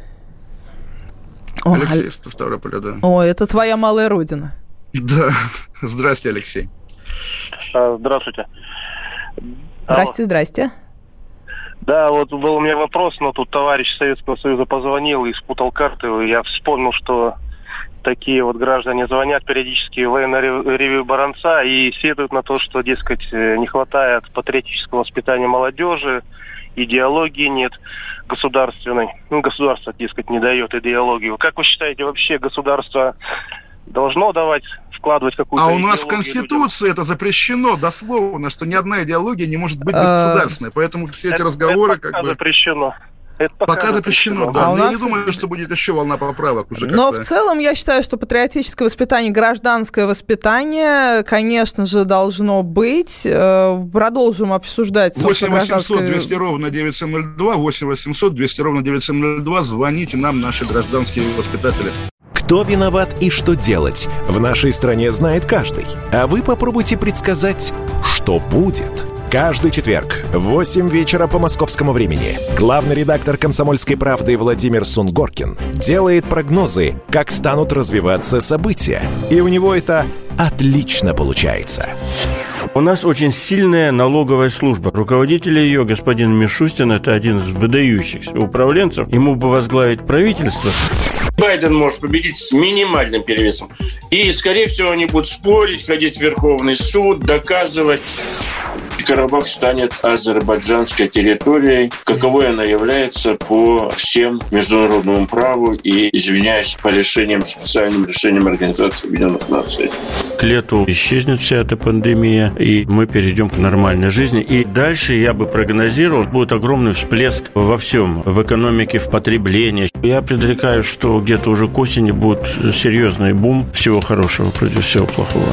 Алексей из Ставрополя, да. О, это твоя малая родина. Да. Здрасте, Алексей. Здравствуйте. Здрасте. Да, вот был у меня вопрос, но тут товарищ Советского Союза позвонил и спутал карты. Я вспомнил, что такие вот граждане звонят периодически в военное ревью Баранца и сетуют на то, что, дескать, не хватает патриотического воспитания молодежи, идеологии нет государственной. Ну, государство, дескать, не дает идеологию. Как вы считаете, вообще государство должно вкладывать какую-то идеологию? А у нас в Конституции людям? Это запрещено дословно, что ни одна идеология не может быть государственной. Поэтому все эти разговоры это пока запрещено. Это пока запрещено, да. Но я не думаю, что будет еще волна поправок уже. Но в целом я считаю, что патриотическое воспитание, гражданское воспитание, конечно же, должно быть. Продолжим обсуждать. 8 800 200 ровно 9702, 8 800 200 ровно 9702. Звоните нам, наши гражданские воспитатели. Кто виноват и что делать, в нашей стране знает каждый. А вы попробуйте предсказать, что будет. Каждый четверг в 8 вечера по московскому времени главный редактор «Комсомольской правды» Владимир Сунгоркин делает прогнозы, как станут развиваться события. И у него это отлично получается. У нас очень сильная налоговая служба. Руководитель ее, господин Мишустин, это один из выдающихся управленцев. Ему бы возглавить правительство. Байден может победить с минимальным перевесом. И, скорее всего, они будут спорить, ходить в Верховный суд, доказывать. Карабах станет азербайджанской территорией, каковой она является по всем международному праву и, извиняюсь, по специальным решениям Организации Объединенных Наций. К лету исчезнет вся эта пандемия, и мы перейдем к нормальной жизни. И дальше, я бы прогнозировал, будет огромный всплеск во всем, в экономике, в потреблении. Я предрекаю, что где-то уже к осени будет серьезный бум всего хорошего против всего плохого.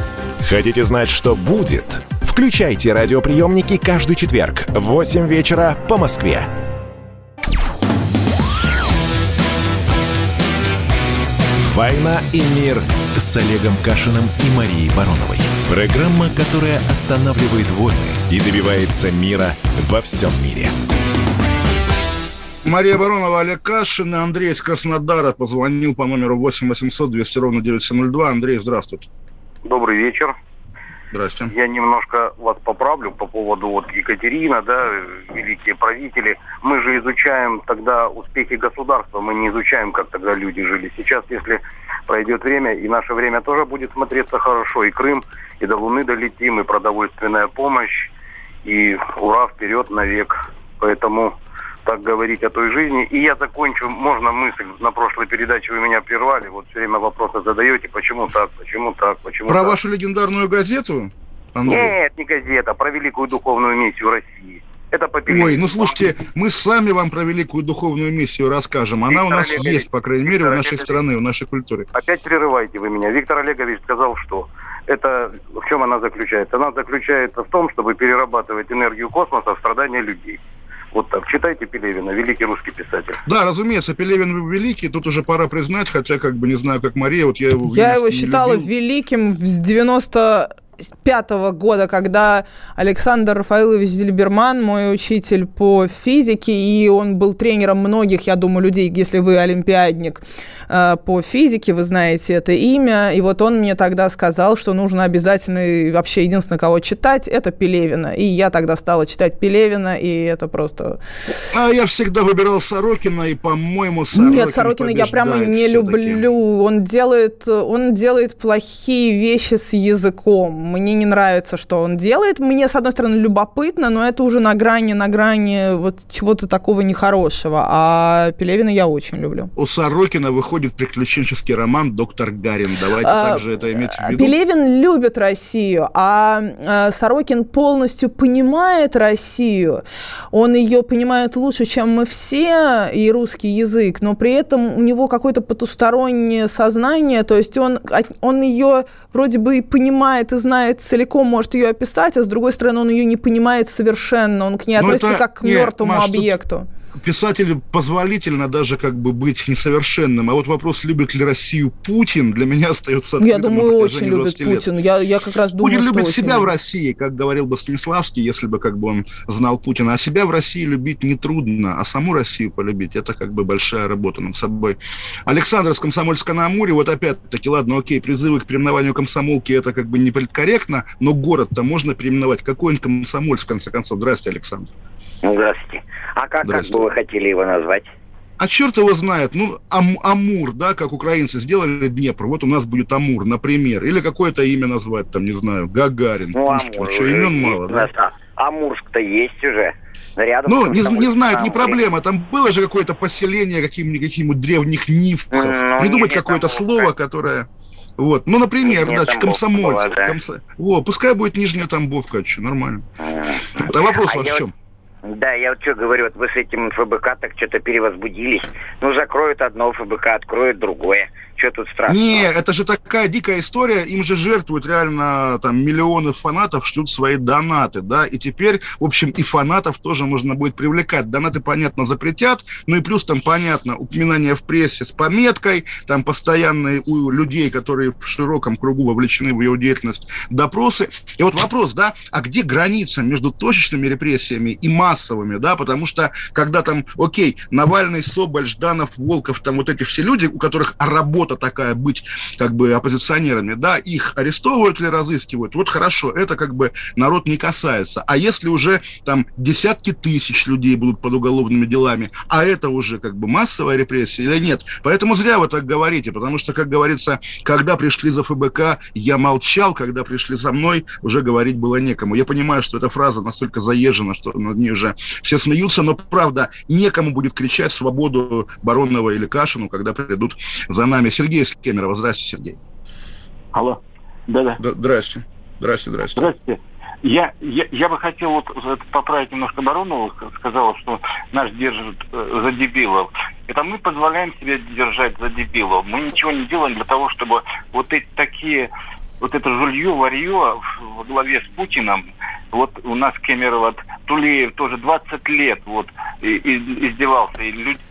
Хотите знать, что будет? Включайте радиоприемники каждый четверг в 8 вечера по Москве. «Война и мир» с Олегом Кашиным и Марией Бароновой. Программа, которая останавливает войны и добивается мира во всем мире. Мария Баронова, Олег Кашин и Андрей из Краснодара позвонил по номеру 8 800 200 ровно 9702. Андрей, здравствуйте. Добрый вечер. Здравствуйте. Я немножко вас поправлю по поводу Екатерина, великие правители. Мы же изучаем тогда успехи государства, мы не изучаем, как тогда люди жили. Сейчас, если пройдет время, и наше время тоже будет смотреться хорошо, и Крым, и до Луны долетим, и продовольственная помощь, и ура, вперед навек. Поэтому так говорить о той жизни. И я закончу, можно мысль, на прошлой передаче вы меня прервали, вот все время вопросы задаете, почему так, почему так, почему Про так. вашу легендарную газету, Андрей? Нет, не газета, про великую духовную миссию России. Это по Ой, ну слушайте, мы сами вам про великую духовную миссию расскажем. Она у нас есть, по крайней мере, в нашей стране, в нашей культуре. Опять прерываете вы меня. Виктор Олегович сказал, что это в чем она заключается? Она заключается в том, чтобы перерабатывать энергию космоса в страдания людей. Вот так. Читайте Пелевина, великий русский писатель. Да, разумеется, Пелевин великий, тут уже пора признать, хотя не знаю, как Мария, вот я его... Я его считала великим с 95-го года, когда Александр Рафаилович Зильберман, мой учитель по физике, и он был тренером многих, я думаю, людей, если вы олимпиадник по физике, вы знаете это имя, и вот он мне тогда сказал, что нужно обязательно, и вообще единственное, кого читать, это Пелевина, и я тогда стала читать Пелевина, и это просто... А я всегда выбирал Сорокина, и, по-моему, Сорокин Нет, Сорокина я прямо не люблю, он делает плохие вещи с языком. Мне не нравится, что он делает. Мне, с одной стороны, любопытно, но это уже на грани вот чего-то такого нехорошего. А Пелевина я очень люблю. У Сорокина выходит приключенческий роман «Доктор Гарин». Давайте также это иметь в виду. Пелевин любит Россию, а Сорокин полностью понимает Россию. Он ее понимает лучше, чем мы все, и русский язык, но при этом у него какое-то потустороннее сознание, то есть он ее вроде бы и понимает, и знает целиком, может ее описать, а с другой стороны он ее не понимает совершенно, он к ней относится как к мертвому объекту. Писателю позволительно даже быть несовершенным. А вот вопрос, любит ли Россию Путин, для меня остается открытым. Я думаю, очень любит Путин. Я как раз думаю, Путин что любит себя любит. В России, как говорил бы Станиславский, если бы он знал Путина. А себя в России любить нетрудно, а саму Россию полюбить, это большая работа над собой. Александр из Комсомольска-на-Амуре, вот опять-таки, ладно, окей, призывы к переименованию комсомолки, это не политкорректно, но город-то можно переименовать. Какой он Комсомольск, в конце концов? Здравствуйте, Александр. Здравствуйте. А как бы вы хотели его назвать? А черт его знает, ну, Амур, да, как украинцы сделали Днепр, вот у нас будет Амур, например. Или какое-то имя назвать, там, не знаю, Гагарин, ну, Пушкин, что имен мало, да? Амурск-то есть уже. Рядом ну, не знаю, это не проблема. Там было же какое-то поселение каких-нибудь древних нивков. Придумать какое-то слово, которое... Вот, ну, например, да, Комсомольск. Да. Пускай будет Нижняя Тамбовка, что, нормально. А вопрос ваш в чем? Да, я вот что говорю, вот вы с этим ФБК так что-то перевозбудились. Ну, закроют одно ФБК, откроют другое. Что тут страшного? Не, это же такая дикая история. Им же жертвуют реально там миллионы фанатов, шлют свои донаты, да. И теперь, в общем, и фанатов тоже можно будет привлекать. Донаты, понятно, запретят. Ну и плюс там, понятно, упоминания в прессе с пометкой. Там постоянные у людей, которые в широком кругу вовлечены в ее деятельность, допросы. И вот вопрос, да, а где граница между точечными репрессиями и массовыми, да? Потому что, когда там, окей, Навальный, Соболь, Жданов, Волков, там вот эти все люди, у которых работа такая быть как бы оппозиционерами, да, их арестовывают или разыскивают, вот хорошо, это как бы народ не касается. А если уже там десятки тысяч людей будут под уголовными делами, а это уже как бы массовая репрессия или нет? Поэтому зря вы так говорите, потому что, как говорится, когда пришли за ФБК, я молчал, когда пришли за мной, уже говорить было некому. Я понимаю, что эта фраза настолько заезжена, что над ней уже все смеются, но правда, некому будет кричать свободу Баронова или Кашину, когда придут за нами. Сергей из Кемерово. Здравствуйте, Сергей. Алло. Да-да. Здрасте. Здравствуйте. Я бы хотел вот поправить немножко Баронова, сказала, что нас держат за дебилов. Это мы позволяем себе держать за дебилов. Мы ничего не делаем для того, чтобы вот эти такие, вот это жулье-варье во главе с Путиным. Вот у нас Кемерово, Тулеев тоже 20 лет вот издевался.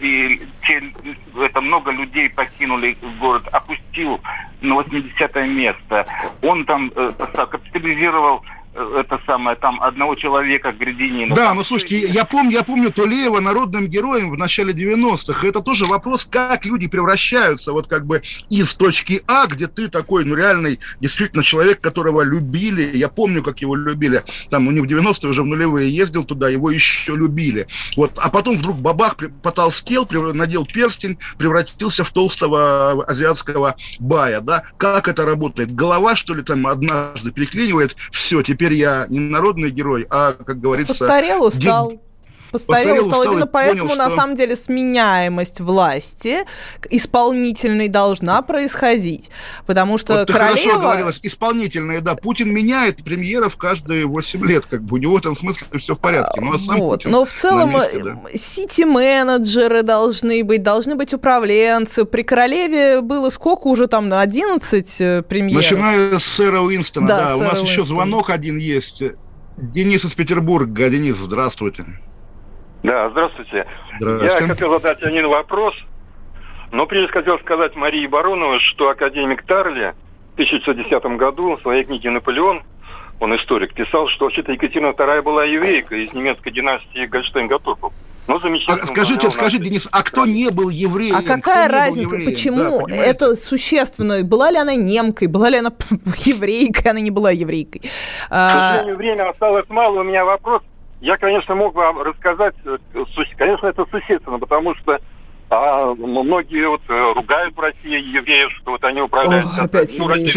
Это много людей покинули город, опустил на 80-е место. Он там капитализировал это самое, там, одного человека, Гридинина. Да, ну, слушайте, я помню Тулеева народным героем в начале 90-х. Это тоже вопрос, как люди превращаются вот как бы из точки А, где ты такой, ну, реальный, действительно человек, которого любили. Я помню, как его любили. Там, не в 90-е, уже в нулевые ездил туда, его еще любили. Вот, а потом вдруг бабах, потолстел, надел перстень, превратился в толстого азиатского бая, да? Как это работает? Голова, что ли, там однажды переклинивает, все, теперь я не народный герой, а, как говорится... Постарел, устал. Именно поэтому, понял, на самом деле, сменяемость власти исполнительной должна происходить. Потому что вот королева... Хорошо говорилось, исполнительная, да. Путин меняет премьеров каждые 8 лет. Как бы у него в этом смысле все в порядке. Ну, а сам вот. Но в целом сити-менеджеры должны быть управленцы. При королеве было сколько уже там, 11 премьеров? Начиная с сэра Уинстона, да. У нас еще звонок один есть. Денис из Петербурга. Денис, здравствуйте. Да, здравствуйте. Я хотел задать один вопрос, но прежде хотел сказать Марии Бароновой, что академик Тарли в 1910 году в своей книге «Наполеон», он историк, писал, что вообще-то Екатерина II была еврейка из немецкой династии Гольштейн-Готторпов. Ну, замечательно. Скажите, Денис, а кто не был евреем? А какая разница? Почему? Да, это существенно. Была ли она немкой? Была ли она еврейкой? Она не была еврейкой. К сожалению, время осталось мало. У меня вопрос. Я, конечно, мог вам рассказать, конечно, это существенно, потому что многие вот ругают в России евреев, что вот они управляют... Опять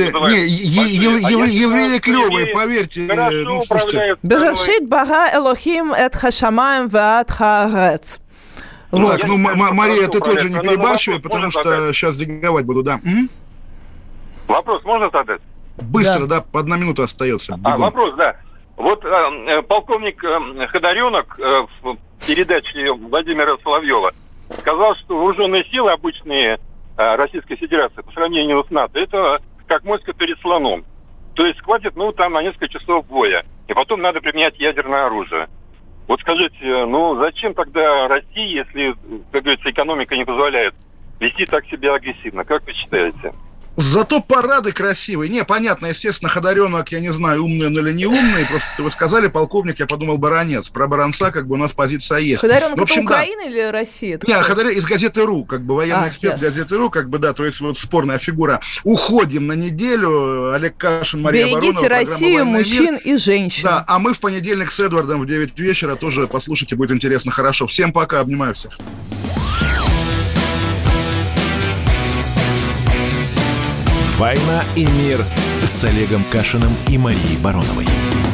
евреи клевые, поверьте. Хорошо управляют... Берешит бара Элохим эт хашамаем веат хаарец. Так, ну, Мария, ты тоже не перебарщивай, потому что сейчас диговать буду, да. Вопрос можно задать? Быстро, да, по 1 минута остается. Вопрос, да. Вот полковник Ходоренок в передаче Владимира Соловьева сказал, что вооруженные силы обычные Российской Федерации по сравнению с НАТО, это как моська перед слоном. То есть хватит, там на несколько часов боя. И потом надо применять ядерное оружие. Вот скажите, зачем тогда России, если, как говорится, экономика не позволяет вести так себя агрессивно? Как вы считаете? Зато парады красивые. Не, понятно, естественно, Ходоренок, я не знаю, умный он или не умный. Просто вы сказали, полковник, я подумал, баронец. Про баронца как бы у нас позиция есть. Ходоренок, в общем, это Украина или Россия? Не, Ходоренок из газеты «Ру», как бы военный эксперт газеты «Ру», как бы, да, то есть вот спорная фигура. Уходим на неделю. Олег Кашин, Мария Баронова. Берегите Россию, мужчин и женщин. Да, а мы в понедельник с Эдвардом в 9 вечера тоже послушайте, будет интересно, хорошо. Всем пока, обнимаю всех. «Война и мир» с Олегом Кашиным и Марией Бароновой.